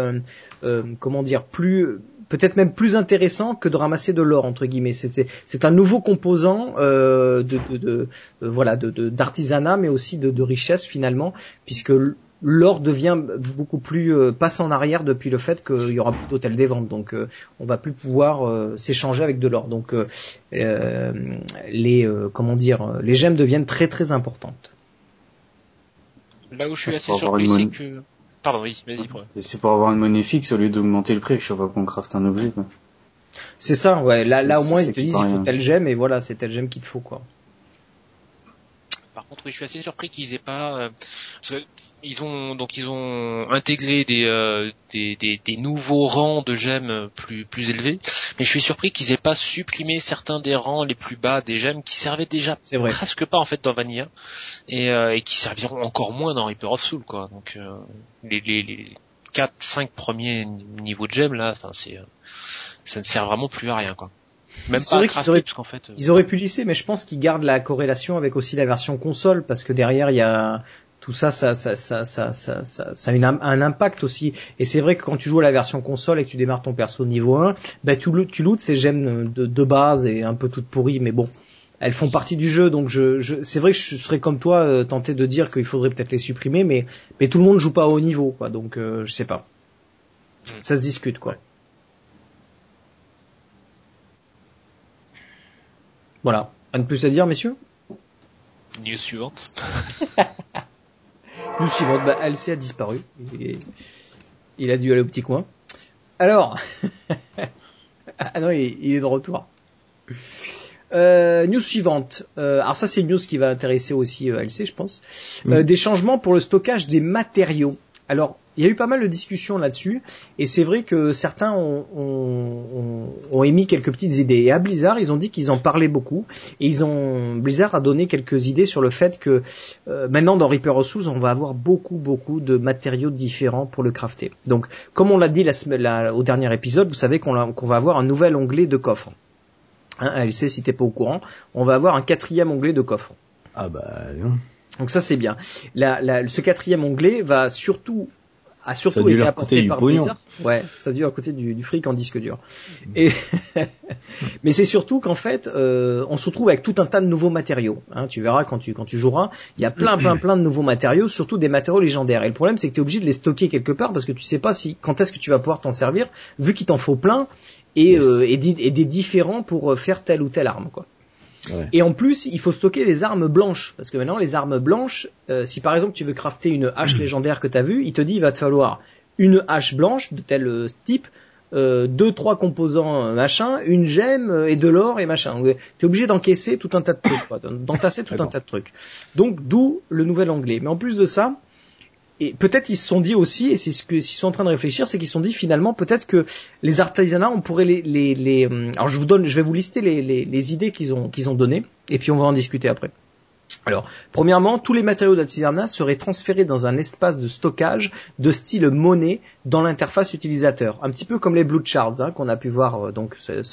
peut-être même plus intéressant que de ramasser de l'or entre guillemets. C'est un nouveau composant d'artisanat, mais aussi de richesse finalement, puisque l'or devient beaucoup plus passe en arrière depuis le fait qu'il y aura plus d'hôtel des ventes, donc on va plus pouvoir s'échanger avec de l'or. Donc les gemmes deviennent très très importantes. Là où je suis assez surpris, c'est que pardon, oui, vas-y. C'est pour avoir une monnaie fixe au lieu d'augmenter le prix. Je sais pas qu'on crafte un objet, quoi. C'est ça, ouais. Là, au moins, ils te disent, il faut telle gemme, et voilà, c'est telle gemme qu'il te faut, quoi. Par contre, oui, je suis assez surpris qu'ils aient pas, parce que ils ont intégré des nouveaux rangs de gemmes plus élevés, mais je suis surpris qu'ils aient pas supprimé certains des rangs les plus bas des gemmes qui servaient déjà presque pas en fait dans Vanilla et qui serviront encore moins dans Reaper of Souls, quoi. Donc les 4-5 premiers niveaux de gemmes là, enfin ça ne sert vraiment plus à rien, quoi. Même c'est vrai ils auraient pu lisser, mais je pense qu'ils gardent la corrélation avec aussi la version console, parce que derrière il y a tout ça a un impact aussi. Et c'est vrai que quand tu joues à la version console et que tu démarres ton perso niveau 1, bah tu lootes ces gemmes de base et un peu toutes pourries, mais bon, elles font partie du jeu, donc c'est vrai que je serais comme toi tenté de dire qu'il faudrait peut-être les supprimer, mais tout le monde joue pas à haut niveau, quoi, donc je sais pas. Ça se discute, quoi. Voilà. Rien de plus à dire, messieurs? News suivante. News suivante. Bah, LC a disparu. Il a dû aller au petit coin. Alors. Ah non, il est de retour. News suivante. Alors ça, c'est une news qui va intéresser aussi LC, je pense. Des changements pour le stockage des matériaux. Alors, il y a eu pas mal de discussions là-dessus, et c'est vrai que certains ont émis quelques petites idées. Et à Blizzard, ils ont dit qu'ils en parlaient beaucoup, et Blizzard a donné quelques idées sur le fait que maintenant dans Reaper of Souls, on va avoir beaucoup de matériaux différents pour le crafter. Donc, comme on l'a dit au dernier épisode, vous savez qu'on va avoir un nouvel onglet de coffre. Hein, LC, si t'es pas au courant, on va avoir un 4e onglet de coffre. Ah bah non. Donc ça c'est bien. Ce 4e onglet va surtout été apporté par Blizzard. Ouais, ça a dû à côté du fric en disque dur. Et mais c'est surtout qu'en fait, on se retrouve avec tout un tas de nouveaux matériaux. Hein, tu verras quand tu joueras, il y a plein de nouveaux matériaux, surtout des matériaux légendaires. Et le problème c'est que tu es obligé de les stocker quelque part parce que tu sais pas quand est-ce que tu vas pouvoir t'en servir, vu qu'il t'en faut plein et des différents pour faire telle ou telle arme, quoi. Ouais. Et en plus, il faut stocker les armes blanches, parce que maintenant les armes blanches, si par exemple tu veux crafter une hache légendaire que tu as vue, il te dit il va te falloir une hache blanche de tel type, 2-3 composants machin, une gemme et de l'or et machin. T'es obligé d'encaisser tout un tas de trucs, quoi, d'entasser tout un tas de trucs. Donc d'où le nouvel onglet. Mais en plus de ça, et peut-être ils se sont dit aussi, et c'est ce qu'ils sont en train de réfléchir, c'est qu'ils se sont dit finalement peut-être que les artisanats, on pourrait alors je vais vous lister les idées qu'ils ont données, et puis on va en discuter après. Alors, premièrement, tous les matériaux d'artisanat seraient transférés dans un espace de stockage de style monnaie dans l'interface utilisateur, un petit peu comme les Blood Shards, hein, qu'on a pu voir donc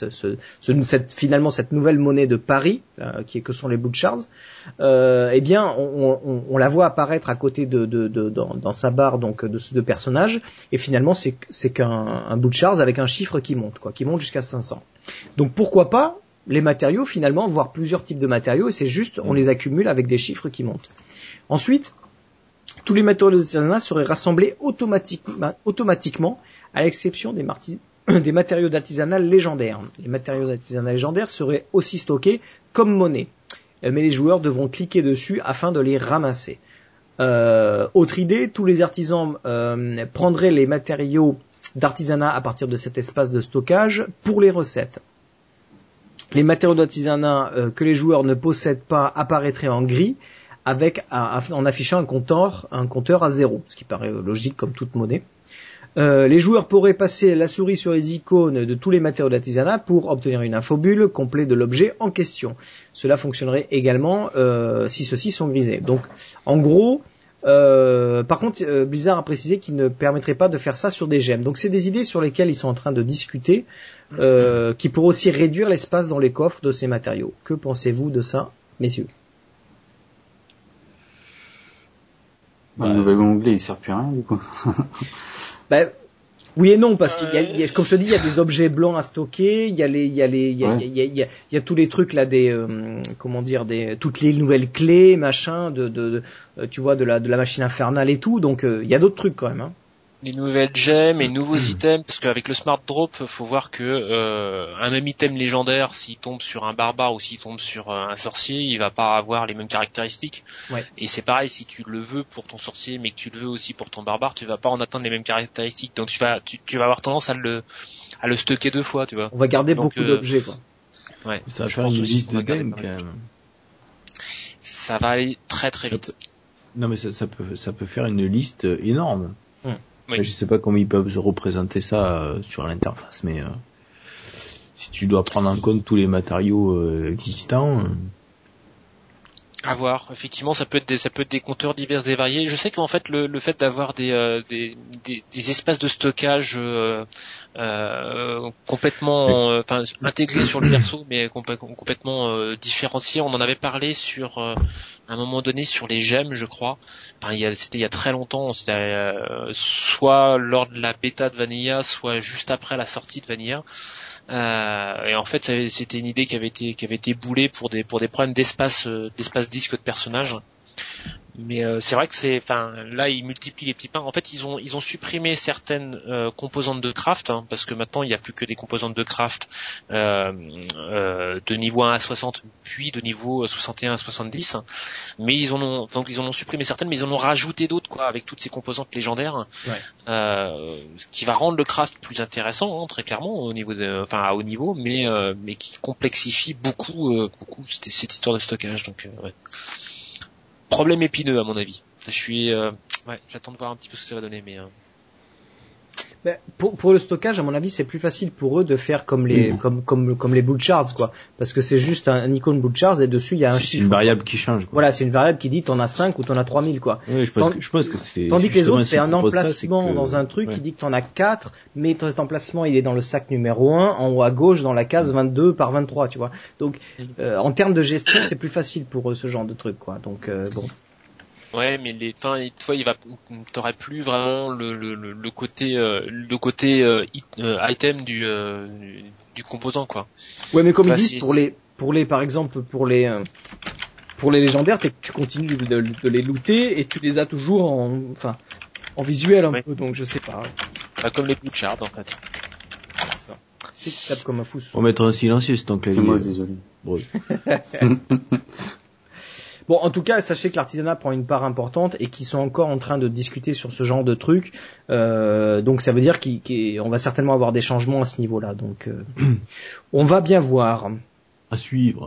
finalement cette nouvelle monnaie de Paris, que sont les Blood Shards. Eh bien, on la voit apparaître à côté dans sa barre donc de personnage, et finalement c'est qu'un Blood Shards avec un chiffre qui monte jusqu'à 500. Donc pourquoi pas les matériaux finalement, voire plusieurs types de matériaux, et c'est juste, on les accumule avec des chiffres qui montent. Ensuite, tous les matériaux d'artisanat seraient rassemblés automatiquement, à l'exception des matériaux d'artisanat légendaires. Les matériaux d'artisanat légendaires seraient aussi stockés comme monnaie. mais les joueurs devront cliquer dessus afin de les ramasser. Autre idée, tous les artisans prendraient les matériaux d'artisanat à partir de cet espace de stockage pour les recettes. Les matériaux d'artisanat que les joueurs ne possèdent pas apparaîtraient en gris en affichant un compteur à 0, ce qui paraît logique comme toute monnaie. Les joueurs pourraient passer la souris sur les icônes de tous les matériaux d'artisanat pour obtenir une infobulle complète de l'objet en question. Cela fonctionnerait également si ceux-ci sont grisés. Donc, en gros, par contre, Blizzard a précisé qu'il ne permettrait pas de faire ça sur des gemmes. Donc, c'est des idées sur lesquelles ils sont en train de discuter, qui pourraient aussi réduire l'espace dans les coffres de ces matériaux. Que pensez-vous de ça, messieurs? Le nouvel onglet, il sert plus à rien, du coup. Oui et non, parce qu'il y a, comme je te dis, il y a des objets blancs à stocker, il y a tous les trucs là toutes les nouvelles clés, machin, tu vois, de la machine infernale et tout, donc il y a d'autres trucs quand même, hein. Les nouvelles gemmes et nouveaux items, parce qu'avec le smart drop, faut voir que un même item légendaire, s'il tombe sur un barbare ou s'il tombe sur un sorcier, il va pas avoir les mêmes caractéristiques. Ouais. Et c'est pareil, si tu le veux pour ton sorcier, mais que tu le veux aussi pour ton barbare, tu vas pas en attendre les mêmes caractéristiques. Donc tu vas avoir tendance à le stocker 2 fois, tu vois. On va garder beaucoup d'objets, quoi. Ouais. Ça va faire une liste de games, quand même. Ça va aller très très vite. Non, mais ça peut faire une liste énorme. Oui. Je sais pas comment ils peuvent représenter ça sur l'interface, mais si tu dois prendre en compte tous les matériaux existants. À voir. Effectivement, ça peut être des compteurs divers et variés. Je sais qu'en fait, le fait d'avoir des espaces de stockage complètement, intégrés sur le perso, mais complètement différenciés. On en avait parlé sur à un moment donné sur les gemmes, je crois. C'était il y a très longtemps. C'était soit lors de la bêta de Vanilla, soit juste après la sortie de Vanilla. Et en fait, c'était une idée qui avait été boulée pour des problèmes d'espace disque de personnages. Mais c'est vrai que là ils multiplient les petits pains. En fait, ils ont supprimé certaines composantes de craft, hein, parce que maintenant il n'y a plus que des composantes de craft de niveau 1 à 60, puis de niveau 61 à 70. Mais ils en ont supprimé certaines, mais ils en ont rajouté d'autres, quoi, avec toutes ces composantes légendaires. Ouais. Ce qui va rendre le craft plus intéressant, hein, très clairement au niveau à haut niveau, mais qui complexifie beaucoup cette histoire de stockage. Donc ouais. Problème épineux à mon avis. J'attends de voir un petit peu ce que ça va donner, mais. Pour le stockage, à mon avis, c'est plus facile pour eux de faire comme les boot shards, quoi. Parce que c'est juste un icône boot shards et dessus il y a un chiffre. C'est une variable qui change, quoi. Voilà, c'est une variable qui dit t'en as 5 ou t'en as 3000, quoi. Oui, je pense que c'est. Tandis que les autres, c'est un emplacement dans un truc qui dit que t'en as 4, mais cet emplacement il est dans le sac numéro 1, en haut à gauche, dans la case 22 par 23, tu vois. Donc, en termes de gestion, c'est plus facile pour eux, ce genre de truc, quoi. Donc, bon. Ouais, mais t'aurais plus vraiment le côté item du composant, quoi. Ouais, mais comme ils disent par exemple pour les légendaires, tu continues de les looter et tu les as toujours en visuel un peu, donc je sais pas. Comme les boot shards, en fait. C'est tu tapes comme un fou. On va mettre un silencieux, c'est ton clavier. C'est moi, désolé. Bon. Bon, en tout cas, sachez que l'artisanat prend une part importante et qu'ils sont encore en train de discuter sur ce genre de truc. Donc ça veut dire qu'on va certainement avoir des changements à ce niveau-là. Donc on va bien voir. À suivre.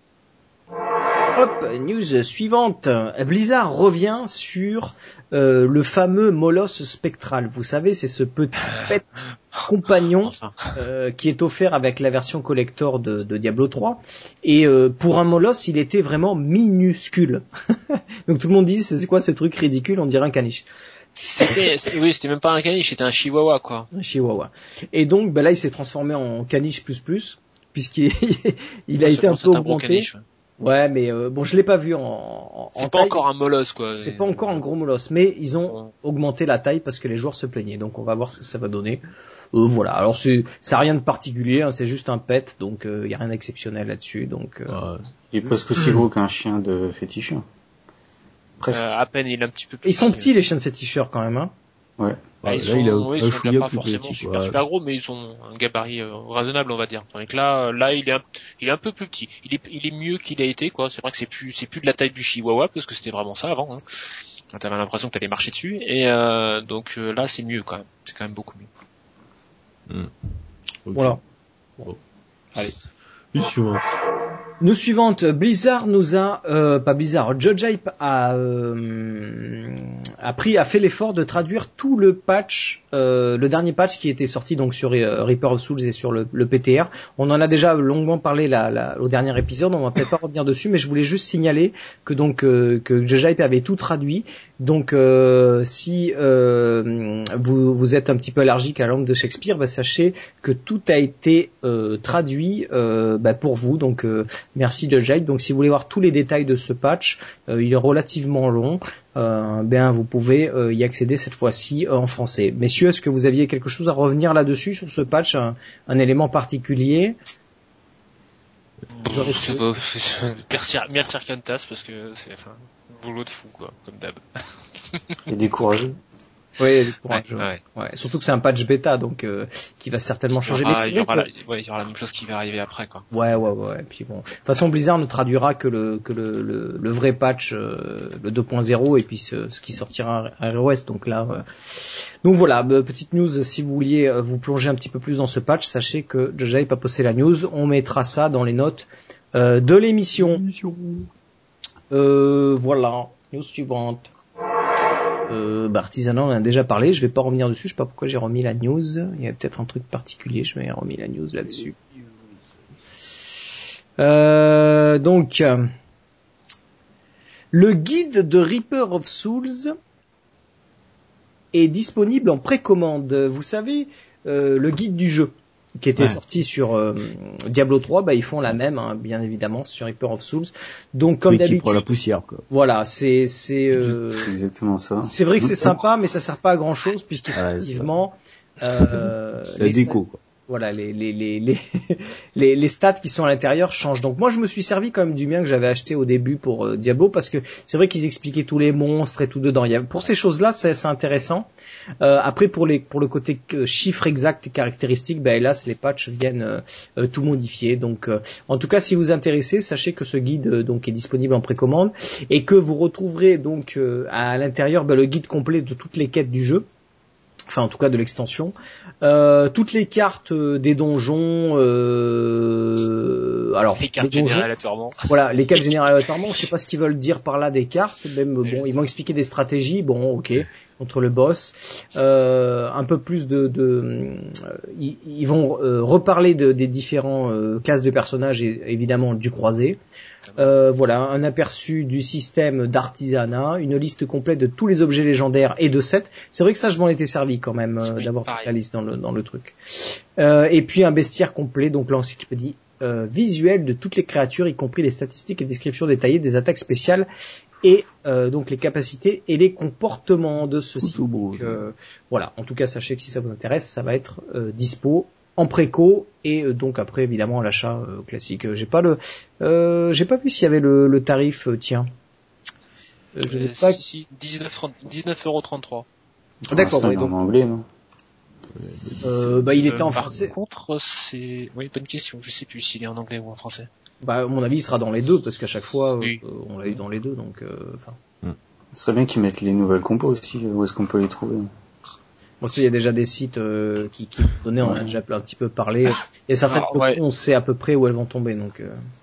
Hop, news suivante. Blizzard revient sur le fameux Moloss spectral. Vous savez, c'est ce petit pet compagnon qui est offert avec la version collector de Diablo 3. Et pour un Moloss, il était vraiment minuscule. Donc tout le monde dit, c'est quoi ce truc ridicule? On dirait un caniche. C'était même pas un caniche, c'était un chihuahua, quoi. Un chihuahua. Et donc, là, il s'est transformé en caniche plus, puisqu'il a été un peu augmenté. Caniche, ouais, mais bon, je l'ai pas vu en c'est pas taille. Encore un molosse, quoi. C'est pas encore un gros molosse, mais ils ont augmenté la taille parce que les joueurs se plaignaient. Donc on va voir ce que ça va donner. Voilà. Alors ça a rien de particulier, hein, c'est juste un pet, donc y a rien d'exceptionnel là-dessus. Donc il est presque aussi gros qu'un chien de féticheur. Presque. À peine, il est un petit peu plus. Ils sont petits les chiens de féticheurs quand même, hein. Ouais. Ils sont déjà pas forcément super gros, mais ils ont un gabarit raisonnable, on va dire. Donc là, il est un peu plus petit. Il est mieux qu'il a été, quoi. C'est vrai que c'est plus de la taille du Chihuahua, parce que c'était vraiment ça avant. Hein. T'avais l'impression que t'allais marcher dessus, et donc là, c'est mieux quand même. C'est quand même beaucoup mieux. Okay. Voilà. Bon. Allez. News suivante, Blizzard nous a, pas Blizzard, Judge Hype a fait l'effort de traduire tout le patch, le dernier patch qui était sorti donc sur Reaper of Souls et sur le PTR. On en a déjà longuement parlé au dernier épisode, on va peut-être pas revenir dessus, mais je voulais juste signaler que que Judge Hype avait tout traduit. Donc si vous êtes un petit peu allergique à la langue de Shakespeare, sachez que tout a été traduit pour vous. Donc merci Judge Hype. Donc si vous voulez voir tous les détails de ce patch, il est relativement long. Vous pouvez y accéder cette fois-ci en français. Messieurs, est-ce que vous aviez quelque chose à revenir là-dessus sur ce patch, un élément particulier? Merci Arcantas parce que c'est boulot de fou quoi, comme d'hab. Et décourageux. Oui, ouais. Surtout que c'est un patch bêta, donc qui va certainement changer. Il y aura la même chose qui va arriver après, quoi. Ouais. Puis bon, de toute façon, Blizzard ne traduira que le vrai patch, le 2.0, et puis ce qui sortira à iOS. Donc là, donc voilà, petite news. Si vous vouliez vous plonger un petit peu plus dans ce patch, sachez que Judge Hype a posté la news. On mettra ça dans les notes de l'émission. Voilà. News suivante. Artisanat, on en a déjà parlé, je vais pas revenir dessus, je sais pas pourquoi j'ai remis la news, il y a peut-être un truc particulier, je vais remis la news là-dessus. Donc, le guide de Reaper of Souls est disponible en précommande. Vous savez, le guide du jeu qui était sorti sur Diablo 3, ils font la même, hein, bien évidemment, sur Reaper of Souls. Donc, comme d'habitude, pour la poussière, quoi. Voilà, c'est exactement ça. C'est vrai que c'est sympa, mais ça sert pas à grand chose puisqu'effectivement, la déco, quoi. Voilà, les stats qui sont à l'intérieur changent. Donc moi je me suis servi quand même du mien que j'avais acheté au début pour Diablo, parce que c'est vrai qu'ils expliquaient tous les monstres et tout dedans. Pour ces choses-là, c'est intéressant. Après pour le côté chiffres exacts et caractéristiques, hélas les patchs viennent tout modifier. Donc en tout cas, si vous intéressez, sachez que ce guide donc est disponible en précommande et que vous retrouverez donc à l'intérieur le guide complet de toutes les quêtes du jeu. Enfin, en tout cas de l'extension, toutes les cartes des donjons, alors les cartes générées aléatoirement. Voilà, les cartes générées aléatoirement. Je sais pas ce qu'ils veulent dire par là des cartes. Même bon, ils vont expliquer des stratégies. Bon, ok, contre le boss. Un peu plus ils vont reparler des différents classes de personnages et évidemment du croisé. Voilà, un aperçu du système d'artisanat, une liste complète de tous les objets légendaires et de sets. C'est vrai que ça, je m'en étais servi quand même d'avoir toute la liste dans le truc. Et puis un bestiaire complet, donc l'encyclopédie visuelle de toutes les créatures, y compris les statistiques et descriptions détaillées des attaques spéciales et donc les capacités et les comportements de ceux-ci. Donc, voilà, en tout cas, sachez que si ça vous intéresse, ça va être dispo en préco et donc après évidemment à l'achat classique. J'ai pas vu s'il y avait le tarif. Tiens, je n'ai pas. Si 19,33 €. D'accord. Ouais, donc en anglais, non. Il était en français. Par contre, c'est bonne question. Je sais plus s'il est en anglais ou en français. À mon avis, il sera dans les deux parce qu'à chaque fois on l'a eu dans les deux. Donc, Ce serait bien qu'ils mettent les nouvelles compos aussi. Où est-ce qu'on peut les trouver? Bon, il y a déjà des sites qui donnaient, on a déjà un petit peu parlé. Il y a certaines on sait à peu près où elles vont tomber, donc.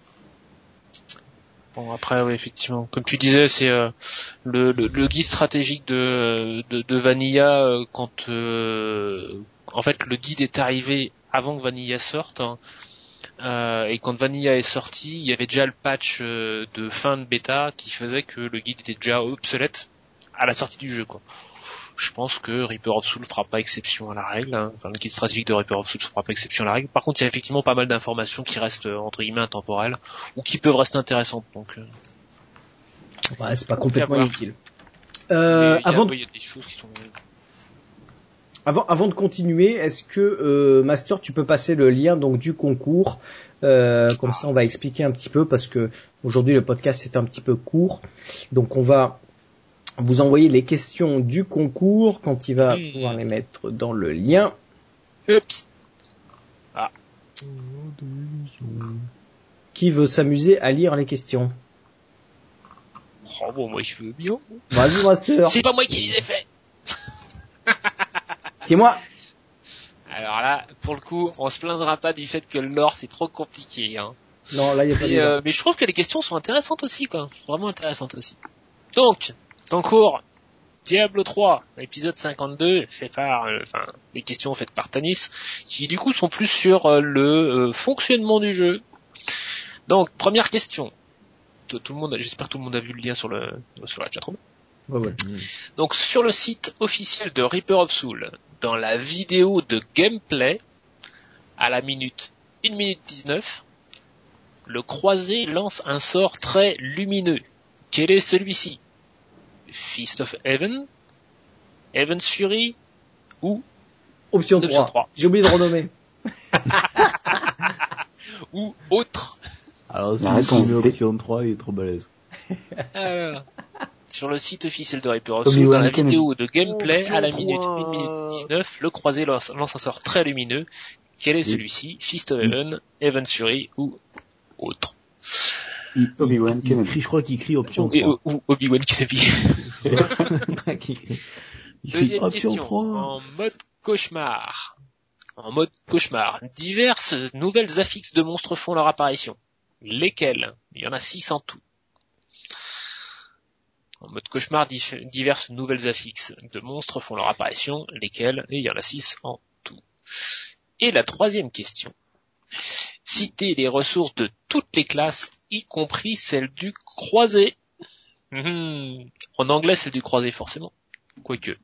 Bon, après, oui, effectivement, comme tu disais, c'est le guide stratégique de Vanilla quand en fait le guide est arrivé avant que Vanilla sorte. Et quand Vanilla est sorti, il y avait déjà le patch de fin de bêta qui faisait que le guide était déjà obsolète à la sortie du jeu, quoi. Je pense que Reaper of Souls fera pas exception à la règle. Hein. Enfin, le guide stratégique de Reaper of Souls fera pas exception à la règle. Par contre, il y a effectivement pas mal d'informations qui restent entre guillemets intemporelles ou qui peuvent rester intéressantes. Donc, c'est pas complètement inutile. Il y a des choses qui sont. Avant de continuer, est-ce que Master, tu peux passer le lien donc du concours, comme ça on va expliquer un petit peu parce que aujourd'hui le podcast est un petit peu court, donc on va vous envoyer les questions du concours quand il va pouvoir les mettre dans le lien. Oups. Qui veut s'amuser à lire les questions? Oh bon, moi je veux bien. Vas-y, Master. C'est pas moi qui les ai fait. C'est moi. Alors là, pour le coup, on se plaindra pas du fait que le Nord c'est trop compliqué, hein. Non, là il y a pas de mais je trouve que les questions sont intéressantes aussi, quoi. Vraiment intéressantes aussi. Donc, concours Diablo 3, épisode 52, fait par, les questions faites par Tanis, qui du coup sont plus sur le fonctionnement du jeu. Donc, première question. Tout le monde, j'espère que tout le monde a vu le lien sur la chatroom. Ouais. Donc, sur le site officiel de Reaper of Soul, dans la vidéo de gameplay, à la minute 1 minute 19, le croisé lance un sort très lumineux. Quel est celui-ci? Fist of Heaven, Heaven's Fury ou Option 3. J'ai oublié de renommer. Ou autre. Alors si option 3, il est trop balèze. Alors, sur le site officiel de Reaper of Soul, dans la vidéo de gameplay, à la minute 1 minute 19, le croisé lance un sort très lumineux. Quel est celui-ci? Fist of Heaven, Heaven's Fury ou autre? Obi-Wan Kenobi. Je crois qu'il crie option 3. Ou Obi-Wan Kenobi. Deuxième question. 3. En mode cauchemar. Diverses nouvelles affixes de monstres font leur apparition. Lesquelles? Il y en a 6 en tout. En mode cauchemar, diverses nouvelles affixes de monstres font leur apparition. Lesquelles? Et il y en a 6 en tout. Et la troisième question. Citez les ressources de toutes les classes, y compris celle du croisé. En anglais, celle du croisé, forcément. Quoique.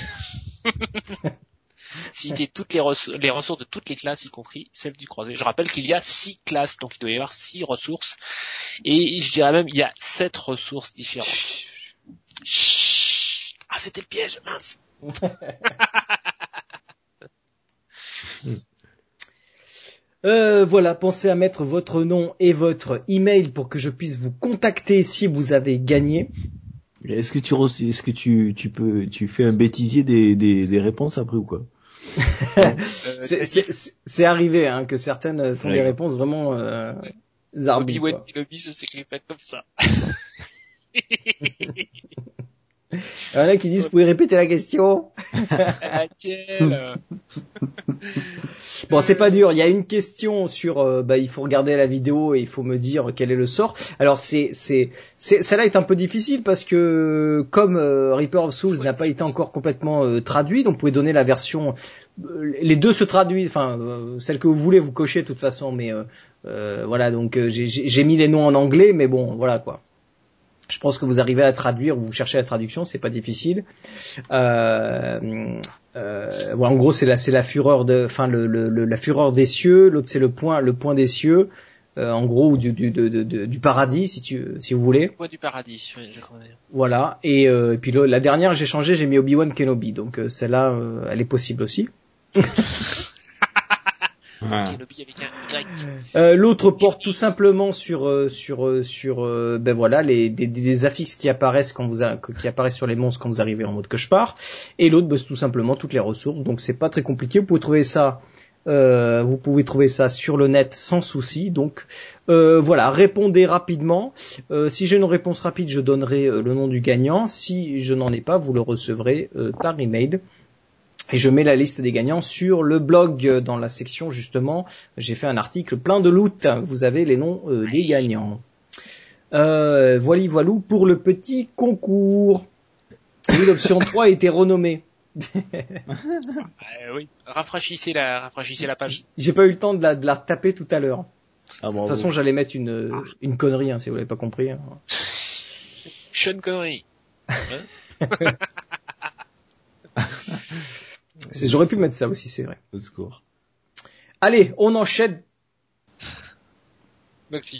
Citez toutes les ressources de toutes les classes, y compris celle du croisé. Je rappelle qu'il y a 6 classes, donc il doit y avoir 6 ressources. Et je dirais même, il y a 7 ressources différentes. Chut. Ah, c'était le piège, mince. Voilà, pensez à mettre votre nom et votre email pour que je puisse vous contacter si vous avez gagné. Est-ce que tu fais un bêtisier des réponses après ou quoi? C'est arrivé, hein, que certaines font des réponses vraiment, zarbi. Obi-Wan Kenobi, ça s'écrit pas comme ça. Il y en a qui disent, vous pouvez répéter la question? Bon, c'est pas dur. Il y a une question sur, il faut regarder la vidéo et il faut me dire quel est le sort. Alors celle-là est un peu difficile parce que comme Reaper of Souls n'a pas été encore complètement traduit, donc vous pouvez donner la version. Les deux se traduisent. Enfin, celle que vous voulez, vous cochez de toute façon. Mais voilà, donc j'ai mis les noms en anglais, mais bon, voilà quoi. Je pense que vous arrivez à traduire, vous cherchez la traduction, c'est pas difficile. Voilà, en gros, c'est la fureur la fureur des cieux. L'autre, c'est le point des cieux. En gros, ou du paradis, si vous voulez. Le point du paradis, oui, je crois. Voilà. Et puis la dernière, j'ai changé, j'ai mis Obi-Wan Kenobi. Donc celle-là, elle est possible aussi. Kenobi avec un Y. L'autre porte tout simplement sur voilà des affixes qui apparaissent qui apparaissent sur les monstres quand vous arrivez en mode cauchemar, et l'autre tout simplement toutes les ressources. Donc c'est pas très compliqué, vous pouvez trouver ça sur le net sans souci. Donc voilà, répondez rapidement. Si j'ai une réponse rapide, je donnerai le nom du gagnant. Si je n'en ai pas, vous le recevrez par email. Et je mets la liste des gagnants sur le blog, dans la section justement. J'ai fait un article plein de loot. Vous avez les noms des gagnants. Voilou pour le petit concours. Oui, l'option 3 a été renommée. Oui, rafraîchissez la page. J'ai pas eu le temps de la taper tout à l'heure. Ah, de toute façon, j'allais mettre une connerie, hein, si vous l'avez pas compris. Hein. Sean Connery. Hein. J'aurais pu mettre ça aussi, c'est vrai. Au secours. Allez, on enchaîne. Merci.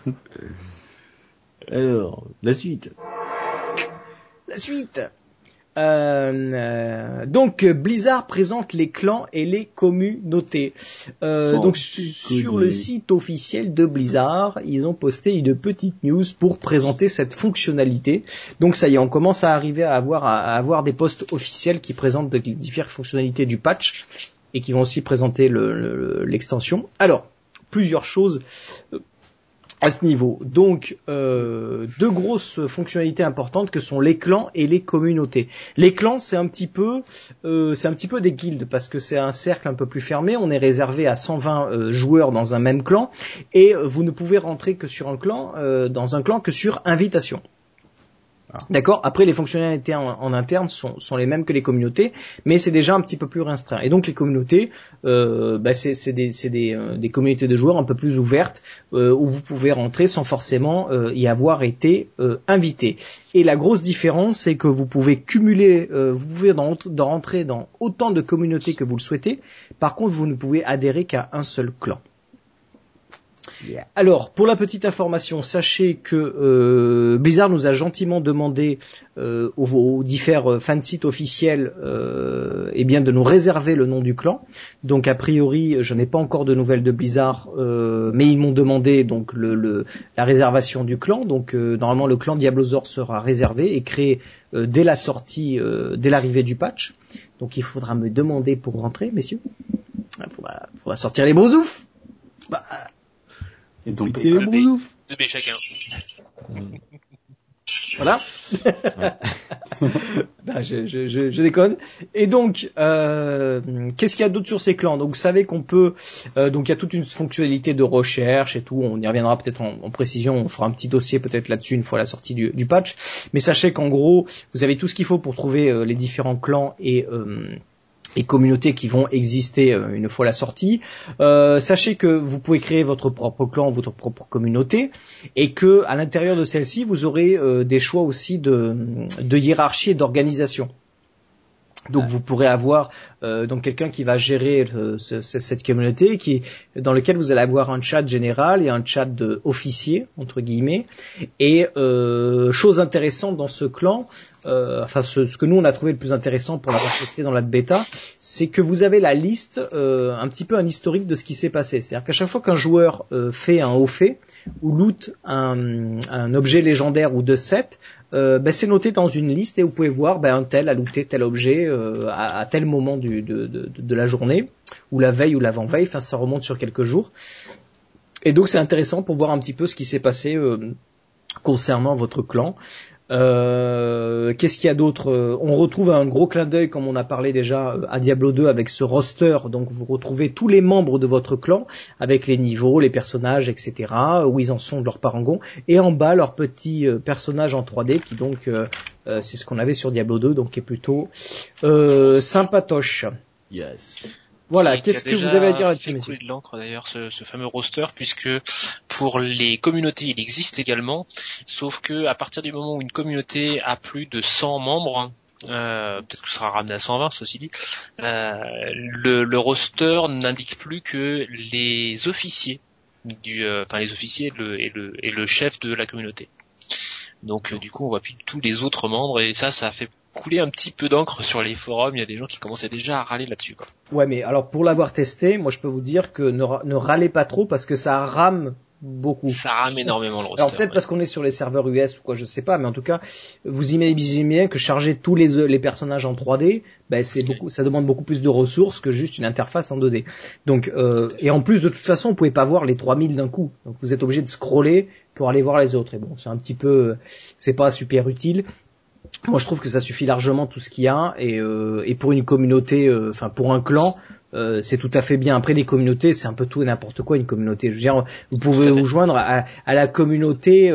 Alors, la suite. Donc Blizzard présente les clans et les communautés. Donc sur le site officiel de Blizzard, ils ont posté une petite news pour présenter cette fonctionnalité. Donc ça y est, on commence à arriver à avoir des posts officiels qui présentent les différentes fonctionnalités du patch et qui vont aussi présenter l'extension. Alors, plusieurs choses à ce niveau. Donc, deux grosses fonctionnalités importantes que sont les clans et les communautés. Les clans, c'est un petit peu des guildes parce que c'est un cercle un peu plus fermé. On est réservé à 120 joueurs dans un même clan et vous ne pouvez rentrer que sur dans un clan que sur invitation. Ah. D'accord. Après, les fonctionnalités en interne sont les mêmes que les communautés, mais c'est déjà un petit peu plus restreint. Et donc les communautés, c'est des communautés de joueurs un peu plus ouvertes où vous pouvez rentrer sans forcément y avoir été invité. Et la grosse différence, c'est que vous pouvez cumuler, vous pouvez rentrer dans autant de communautés que vous le souhaitez. Par contre, vous ne pouvez adhérer qu'à un seul clan. Yeah. Alors, pour la petite information, sachez que Blizzard nous a gentiment demandé aux différents fansites officiels de nous réserver le nom du clan. Donc, a priori, je n'ai pas encore de nouvelles de Blizzard, mais ils m'ont demandé donc la réservation du clan. Donc, normalement, le clan Diablozor sera réservé et créé dès la sortie, dès l'arrivée du patch. Donc, il faudra me demander pour rentrer, messieurs. Il faudra sortir les brousoufs. Et donc, le B chacun. Voilà. Ben, je déconne. Et donc, qu'est-ce qu'il y a d'autre sur ces clans? Donc, vous savez qu'on peut, donc il y a toute une fonctionnalité de recherche et tout. On y reviendra peut-être en précision. On fera un petit dossier peut-être là-dessus une fois la sortie du patch. Mais sachez qu'en gros, vous avez tout ce qu'il faut pour trouver les différents clans et communautés qui vont exister une fois la sortie. Sachez que vous pouvez créer votre propre clan, votre propre communauté, et que à l'intérieur de celle-ci, vous aurez des choix aussi de hiérarchie et d'organisation. Donc vous pourrez avoir donc quelqu'un qui va gérer cette communauté, dans lequel vous allez avoir un chat général et un chat de officier entre guillemets. Et chose intéressante dans ce clan, ce que nous on a trouvé le plus intéressant pour l'avoir testé dans la bêta, c'est que vous avez la liste, un petit peu un historique de ce qui s'est passé. C'est-à-dire qu'à chaque fois qu'un joueur fait un haut fait ou loot un objet légendaire ou de set, c'est noté dans une liste et vous pouvez voir un tel a looté tel objet à tel moment de la journée ou la veille ou l'avant-veille. Enfin, ça remonte sur quelques jours. Et donc c'est intéressant pour voir un petit peu ce qui s'est passé concernant votre clan. Qu'est-ce qu'il y a d'autre? On retrouve un gros clin d'œil, comme on a parlé déjà à Diablo 2 avec ce roster. Donc vous retrouvez tous les membres de votre clan avec les niveaux, les personnages, etc. Où ils en sont de leur parangon. Et en bas leurs petits personnages en 3D qui donc c'est ce qu'on avait sur Diablo 2, donc qui est plutôt sympatoche. Yes. Voilà, qu'est-ce que vous avez à dire là-dessus, messieurs? Il de l'encre d'ailleurs ce fameux roster, puisque pour les communautés il existe également, sauf que à partir du moment où une communauté a plus de 100 membres, peut-être que ce sera ramené à 120 ceci dit, le roster n'indique plus que les officiers les officiers et le chef de la communauté. Donc du coup on voit plus tous les autres membres et ça a fait couler un petit peu d'encre sur les forums. Il y a des gens qui commençaient déjà à râler là-dessus, quoi. Ouais, mais alors pour l'avoir testé, moi je peux vous dire que ne râlez pas trop parce que ça rame beaucoup. Ça rame énormément le roster. Alors peut-être parce qu'on est sur les serveurs US ou quoi, je sais pas, mais en tout cas, vous imaginez bien que charger tous les personnages en 3D, ça demande beaucoup plus de ressources que juste une interface en 2D. Donc et en plus de toute façon, vous pouvez pas voir les 3000 d'un coup. Donc vous êtes obligé de scroller pour aller voir les autres. Et bon, c'est un petit peu, c'est pas super utile. Moi, je trouve que ça suffit largement tout ce qu'il y a et pour une communauté, pour un clan, c'est tout à fait bien. Après, les communautés, c'est un peu tout et n'importe quoi une communauté. Je veux dire, vous pouvez vous joindre à la communauté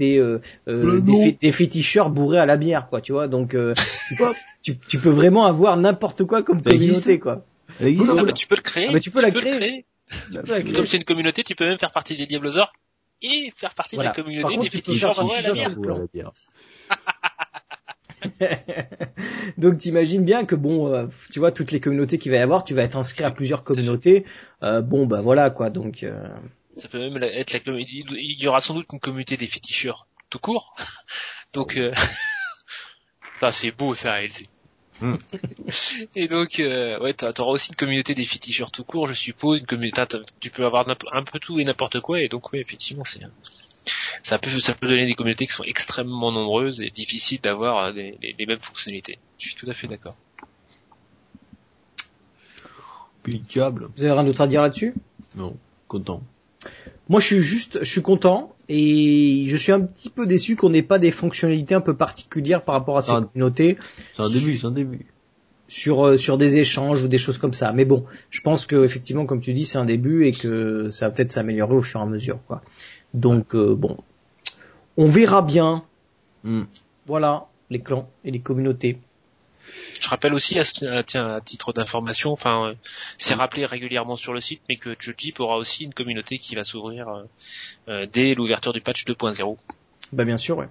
des féticheurs bourrés à la bière, quoi. Tu vois, donc tu peux vraiment avoir n'importe quoi comme communauté, quoi. Tu peux le créer. Ah, mais tu peux la créer. Comme c'est une communauté, tu peux même faire partie des Diablozor et faire partie de la communauté des féticheurs bourrés à la bière. Donc t'imagines bien que tu vois toutes les communautés qu'il va y avoir, tu vas être inscrit à plusieurs communautés. Voilà quoi. Donc ça peut même être la communauté. Il y aura sans doute une communauté des féticheurs tout court. Donc Là, c'est beau, ça, LC. Et donc, ouais, t'auras aussi une communauté des féticheurs tout court, je suppose, une communauté, tu peux avoir un peu tout et n'importe quoi, et donc, ouais, effectivement, ça peut donner des communautés qui sont extrêmement nombreuses et difficiles d'avoir les mêmes fonctionnalités. Je suis tout à fait d'accord. Impeccable. Vous avez rien d'autre à dire là-dessus? Non, content. Moi, je suis content et je suis un petit peu déçu qu'on n'ait pas des fonctionnalités un peu particulières par rapport à ces communautés. C'est un début. Sur des échanges ou des choses comme ça. Mais bon, je pense que effectivement, comme tu dis, c'est un début et que ça va peut-être s'améliorer au fur et à mesure, quoi. Donc bon, on verra bien. Voilà, les clans et les communautés. Je rappelle aussi, à titre d'information, c'est rappelé régulièrement sur le site, mais que Joji aura aussi une communauté qui va s'ouvrir dès l'ouverture du patch 2.0. Bah bien sûr, ouais.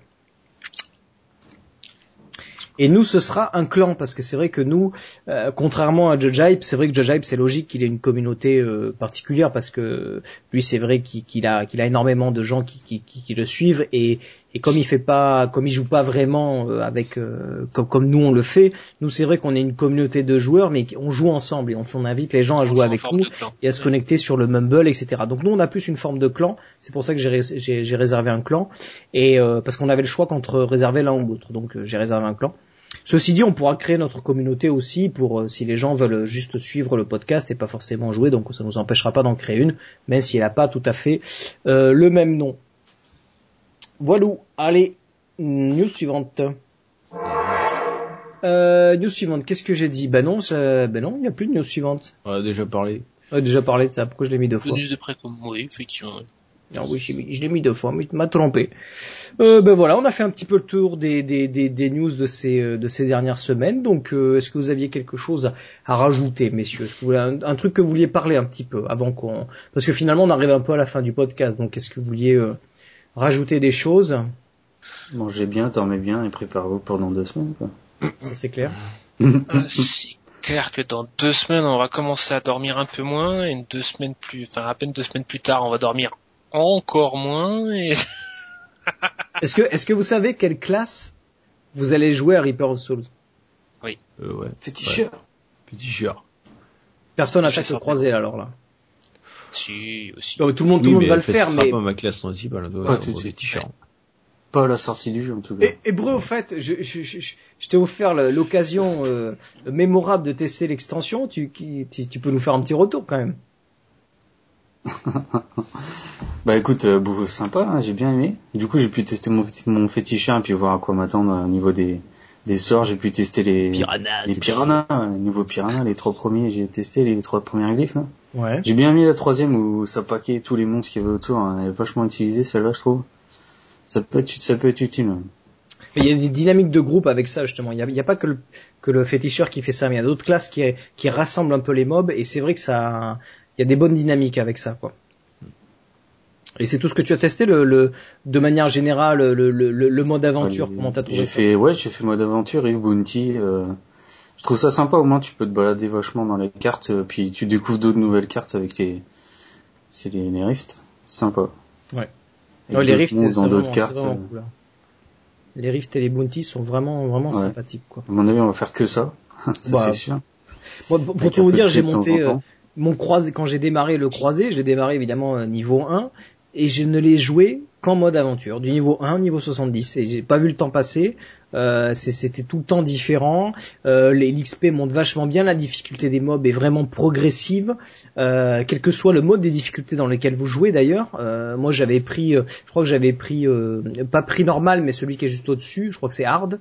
Et nous, ce sera un clan, parce que c'est vrai que nous, contrairement à Judge Hype, c'est vrai que Judge Hype, c'est logique qu'il ait une communauté particulière, parce que lui, c'est vrai qu'il a énormément de gens qui le suivent, et comme il joue pas vraiment avec comme nous on le fait, nous c'est vrai qu'on est une communauté de joueurs, mais on joue ensemble et on invite les gens à jouer avec nous et à se connecter sur le Mumble, etc. Donc nous on a plus une forme de clan. C'est pour ça que j'ai réservé un clan, et parce qu'on avait le choix qu'entre réserver l'un ou l'autre. Donc j'ai réservé un clan. Ceci dit, on pourra créer notre communauté aussi pour si les gens veulent juste suivre le podcast et pas forcément jouer, donc ça nous empêchera pas d'en créer une, même si elle n'a pas tout à fait le même nom. Voilà, allez, news suivante. News suivante, qu'est-ce que j'ai dit? Ben non, il n'y a plus de news suivante. On a déjà parlé. On a déjà parlé de ça, pourquoi je l'ai mis deux fois? News de près comme oui, effectivement. Non, oui, je l'ai mis deux fois, mais tu m'as trompé. Ben voilà, on a fait un petit peu le tour des news de ces dernières semaines. Donc, est-ce que vous aviez quelque chose à rajouter, messieurs? Est-ce que vous voulez un truc que vous vouliez parler un petit peu avant parce que finalement on arrive un peu à la fin du podcast. Donc, est-ce que vous vouliez rajouter des choses? Mangez bien, dormez bien et préparez-vous pour dans 2 semaines, quoi. Ça c'est clair. C'est clair que dans 2 semaines on va commencer à dormir un peu moins, et à peine 2 semaines plus tard on va dormir encore moins. Et... Est-ce que vous savez quelle classe vous allez jouer à Reaper of Souls? Oui. Ouais. Féticheur. Ouais. Féticheur. Personne attaque le croisé alors là. Si, aussi. Non, tout le monde va le faire, mais pas ma classe principale. Pas tout de suite. Pas à la sortie du jeu en tout cas. Et Breu, au fait, je t'ai offert l'occasion mémorable de tester l'extension. Tu peux nous faire un petit retour quand même. Bah écoute, sympa, hein, j'ai bien aimé. Du coup, j'ai pu tester mon féticheur et puis voir à quoi m'attendre au niveau des sorts. J'ai pu tester les piranhas, les nouveaux piranhas, les 3 premiers. J'ai testé les 3 premiers glyphes là. Ouais. J'ai bien mis la 3e où ça paquait tous les monstres qu'il y avait autour. Hein. Elle est vachement utilisée celle-là, je trouve. Ça peut être utile. Hein. Il y a des dynamiques de groupe avec ça justement. Il y a pas que le féticheur qui fait ça, mais il y a d'autres classes qui rassemblent un peu les mobs, et c'est vrai que ça, il y a des bonnes dynamiques avec ça, quoi. Et c'est tout ce que tu as testé de manière générale le mode aventure. Comment t'as trouvé ça? J'ai fait mode aventure et Bounty. Je trouve ça sympa, au moins tu peux te balader vachement dans les cartes, puis tu découvres d'autres nouvelles cartes avec les rifts. C'est sympa. Ouais. Ouais, les rifts, c'est d'autres cartes. Vraiment cool, hein. Les rifts et les bounties sont vraiment sympathiques, quoi. À mon avis, on va faire que ça. C'est sûr. Bon, pour tout vous dire, j'ai monté mon croisé quand j'ai démarré le croisé. J'ai démarré évidemment niveau 1 et je ne l'ai joué qu'en mode aventure, du niveau 1 au niveau 70, et j'ai pas vu le temps passer. C'était tout le temps différent. L'XP monte vachement bien, la difficulté des mobs est vraiment progressive, quel que soit le mode des difficultés dans lequel vous jouez d'ailleurs. Moi j'avais pris, je crois que j'avais pris pas prix normal, mais celui qui est juste au-dessus, je crois que c'est hard.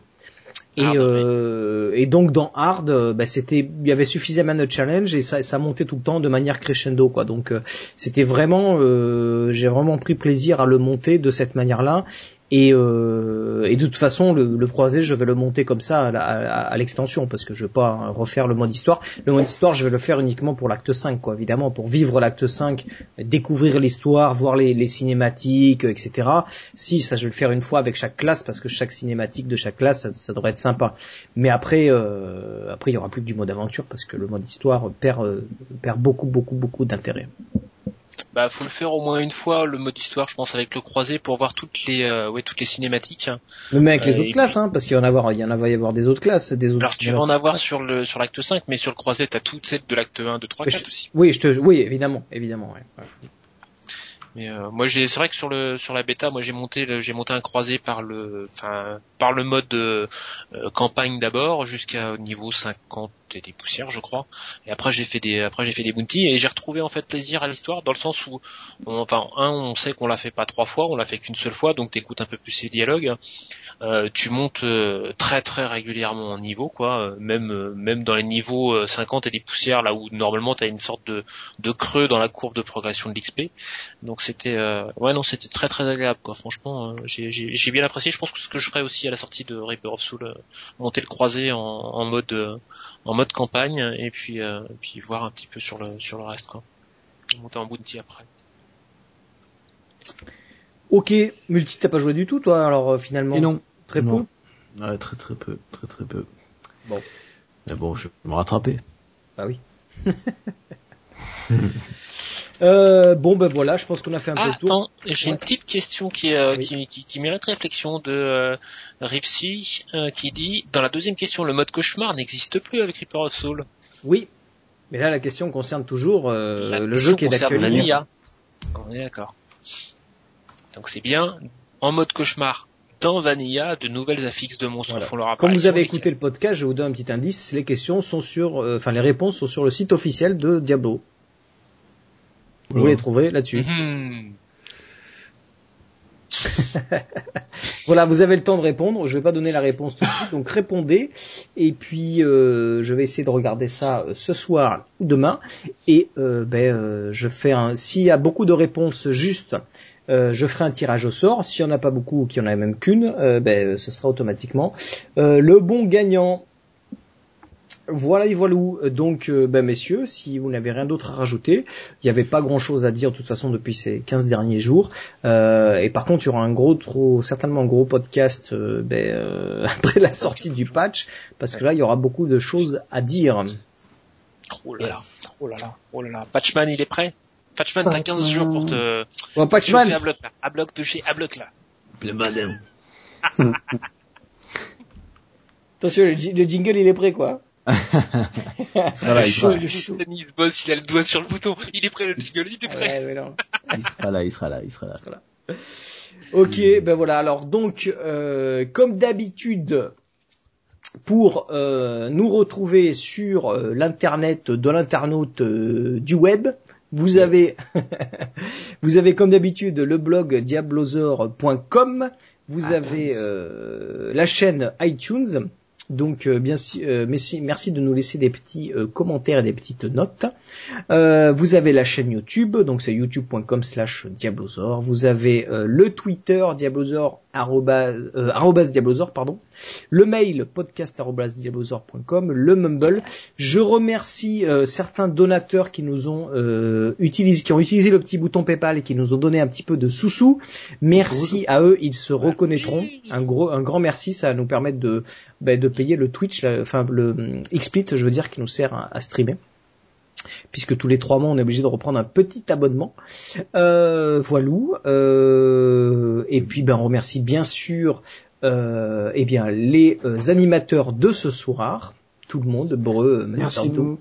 Et donc dans hard, il y avait suffisamment de challenge et ça montait tout le temps de manière crescendo, quoi. Donc c'était vraiment, j'ai vraiment pris plaisir à le monter de cette manière-là. Et de toute façon, le croisé, je vais le monter comme ça à l'extension, parce que je vais pas refaire le mode histoire. Le mode histoire, je vais le faire uniquement pour l'acte 5, quoi, évidemment, pour vivre l'acte 5, découvrir l'histoire, voir les cinématiques, etc. Si, ça, je vais le faire une fois avec chaque classe, parce que chaque cinématique de chaque classe, ça devrait être sympa. Mais après, il y aura plus que du mode aventure, parce que le mode histoire perd beaucoup d'intérêt. Bah, faut le faire au moins une fois, le mode histoire, je pense, avec le croisé, pour voir toutes les cinématiques. Même avec les autres classes, parce qu'il va y avoir des autres classes, des autres. Alors, tu vas en avoir sur l'acte 5, mais sur le croisé, t'as toutes celles de l'acte 1, 2, 3, 4 aussi. Oui, évidemment, ouais. Mais moi c'est vrai que sur la bêta, moi j'ai monté un croisé par le mode campagne d'abord jusqu'à niveau 50 et des poussières, je crois. Et après j'ai fait des bounties et j'ai retrouvé en fait plaisir à l'histoire dans le sens où on sait qu'on l'a fait pas 3 fois, on l'a fait qu'une seule fois, donc t'écoutes un peu plus les dialogues. Tu montes très très régulièrement en niveau, quoi, même dans les niveaux 50 et des poussières, là où normalement t'as une sorte de creux dans la courbe de progression de l'XP. Donc c'était c'était très très agréable, quoi. Franchement, j'ai bien apprécié. Je pense que ce que je ferai aussi à la sortie de Reaper of Soul, monter le croisé en mode campagne et puis voir un petit peu sur le reste, quoi. Monter en bounty après. Ok, multi, t'as pas joué du tout, toi, alors finalement? Et non. Très non. peu. Ouais, très peu. Bon. Mais bon, je vais me rattraper. Bah oui. Bon ben voilà, je pense qu'on a fait un peu le tour. Attends, j'ai une petite question qui mérite réflexion de Ripsy, qui dit dans la deuxième question, le mode cauchemar n'existe plus avec Reaper of Soul. Oui, mais là la question concerne toujours le jeu qui est d'actualité. On est d'accord. Donc c'est bien en mode cauchemar. Dans Vanilla, de nouvelles affixes de monstres font leur apparition. Comme vous avez écouté le podcast, je vous donne un petit indice. Les questions sont les réponses sont sur le site officiel de Diablo. Vous les trouverez là-dessus. Voilà, vous avez le temps de répondre. Je vais pas donner la réponse tout de suite, donc répondez. Et puis je vais essayer de regarder ça ce soir ou demain. Et je fais s'il y a beaucoup de réponses justes, je ferai un tirage au sort. S'il y en a pas beaucoup ou qu'il y en a même qu'une, ce sera automatiquement le bon gagnant. Voilà. Donc, messieurs, si vous n'avez rien d'autre à rajouter, il n'y avait pas grand-chose à dire de toute façon depuis ces 15 derniers jours. Et par contre, il y aura certainement un gros podcast après la sortie du patch, parce que là, il y aura beaucoup de choses à dire. Oh là là. Patchman, il est prêt? Patchman, t'as 15 jours pour te... Bon, Patchman. À bloc de chez Abloc, là. Le badin. Attention, le jingle, il est prêt, quoi. Il sera là. Il bosse, il a le doigt sur le bouton. Il est prêt, le jingle, il est prêt. Ouais, non. Il sera là. Ok, voilà. Alors donc, comme d'habitude, pour nous retrouver sur l'internet de l'internaute du web, vous avez comme d'habitude le blog diablozor.com, vous avez la chaîne iTunes. Donc merci de nous laisser des petits commentaires et des petites notes. Vous avez la chaîne YouTube, donc c'est youtube.com/diablozor. Vous avez le Twitter diablozor @diablozor, le mail podcast@diablozor.com, le Mumble. Je remercie certains donateurs qui nous ont qui ont utilisé le petit bouton PayPal et qui nous ont donné un petit peu de sous-sous. Merci à eux, ils se reconnaîtront. Un grand merci, ça va nous permettre de payer le Twitch, le XSplit, je veux dire, qui nous sert à streamer. Puisque tous les 3 mois on est obligé de reprendre un petit abonnement. Voilou. Et puis on remercie bien sûr les animateurs de ce soir, tout le monde, Breu, merci nous.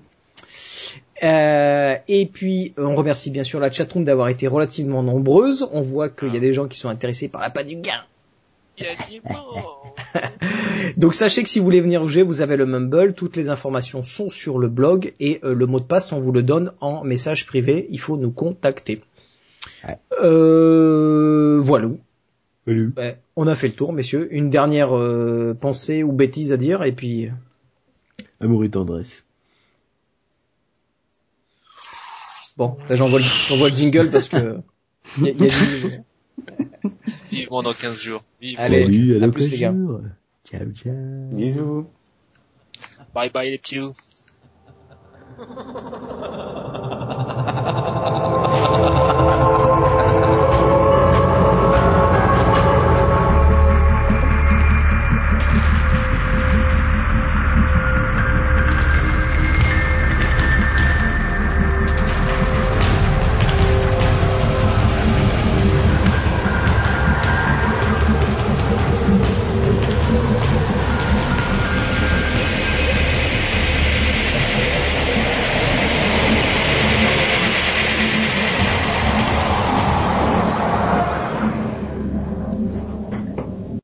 Et puis on remercie bien sûr la chatroom d'avoir été relativement nombreuse. On voit qu'il y a des gens qui sont intéressés par la pas du gain. Il y a du bon. Donc sachez que si vous voulez venir jouer, vous avez le Mumble, toutes les informations sont sur le blog et le mot de passe on vous le donne en message privé, il faut nous contacter. Ouais. Voilà. Ouais, on a fait le tour, messieurs. Une dernière pensée ou bêtise à dire et puis... Amour et tendresse. Bon, là j'envoie le jingle parce que... y a du... Vivement dans 15 jours. Allez, à plus les gars. Ciao. Bisous. Bye bye les petits loups.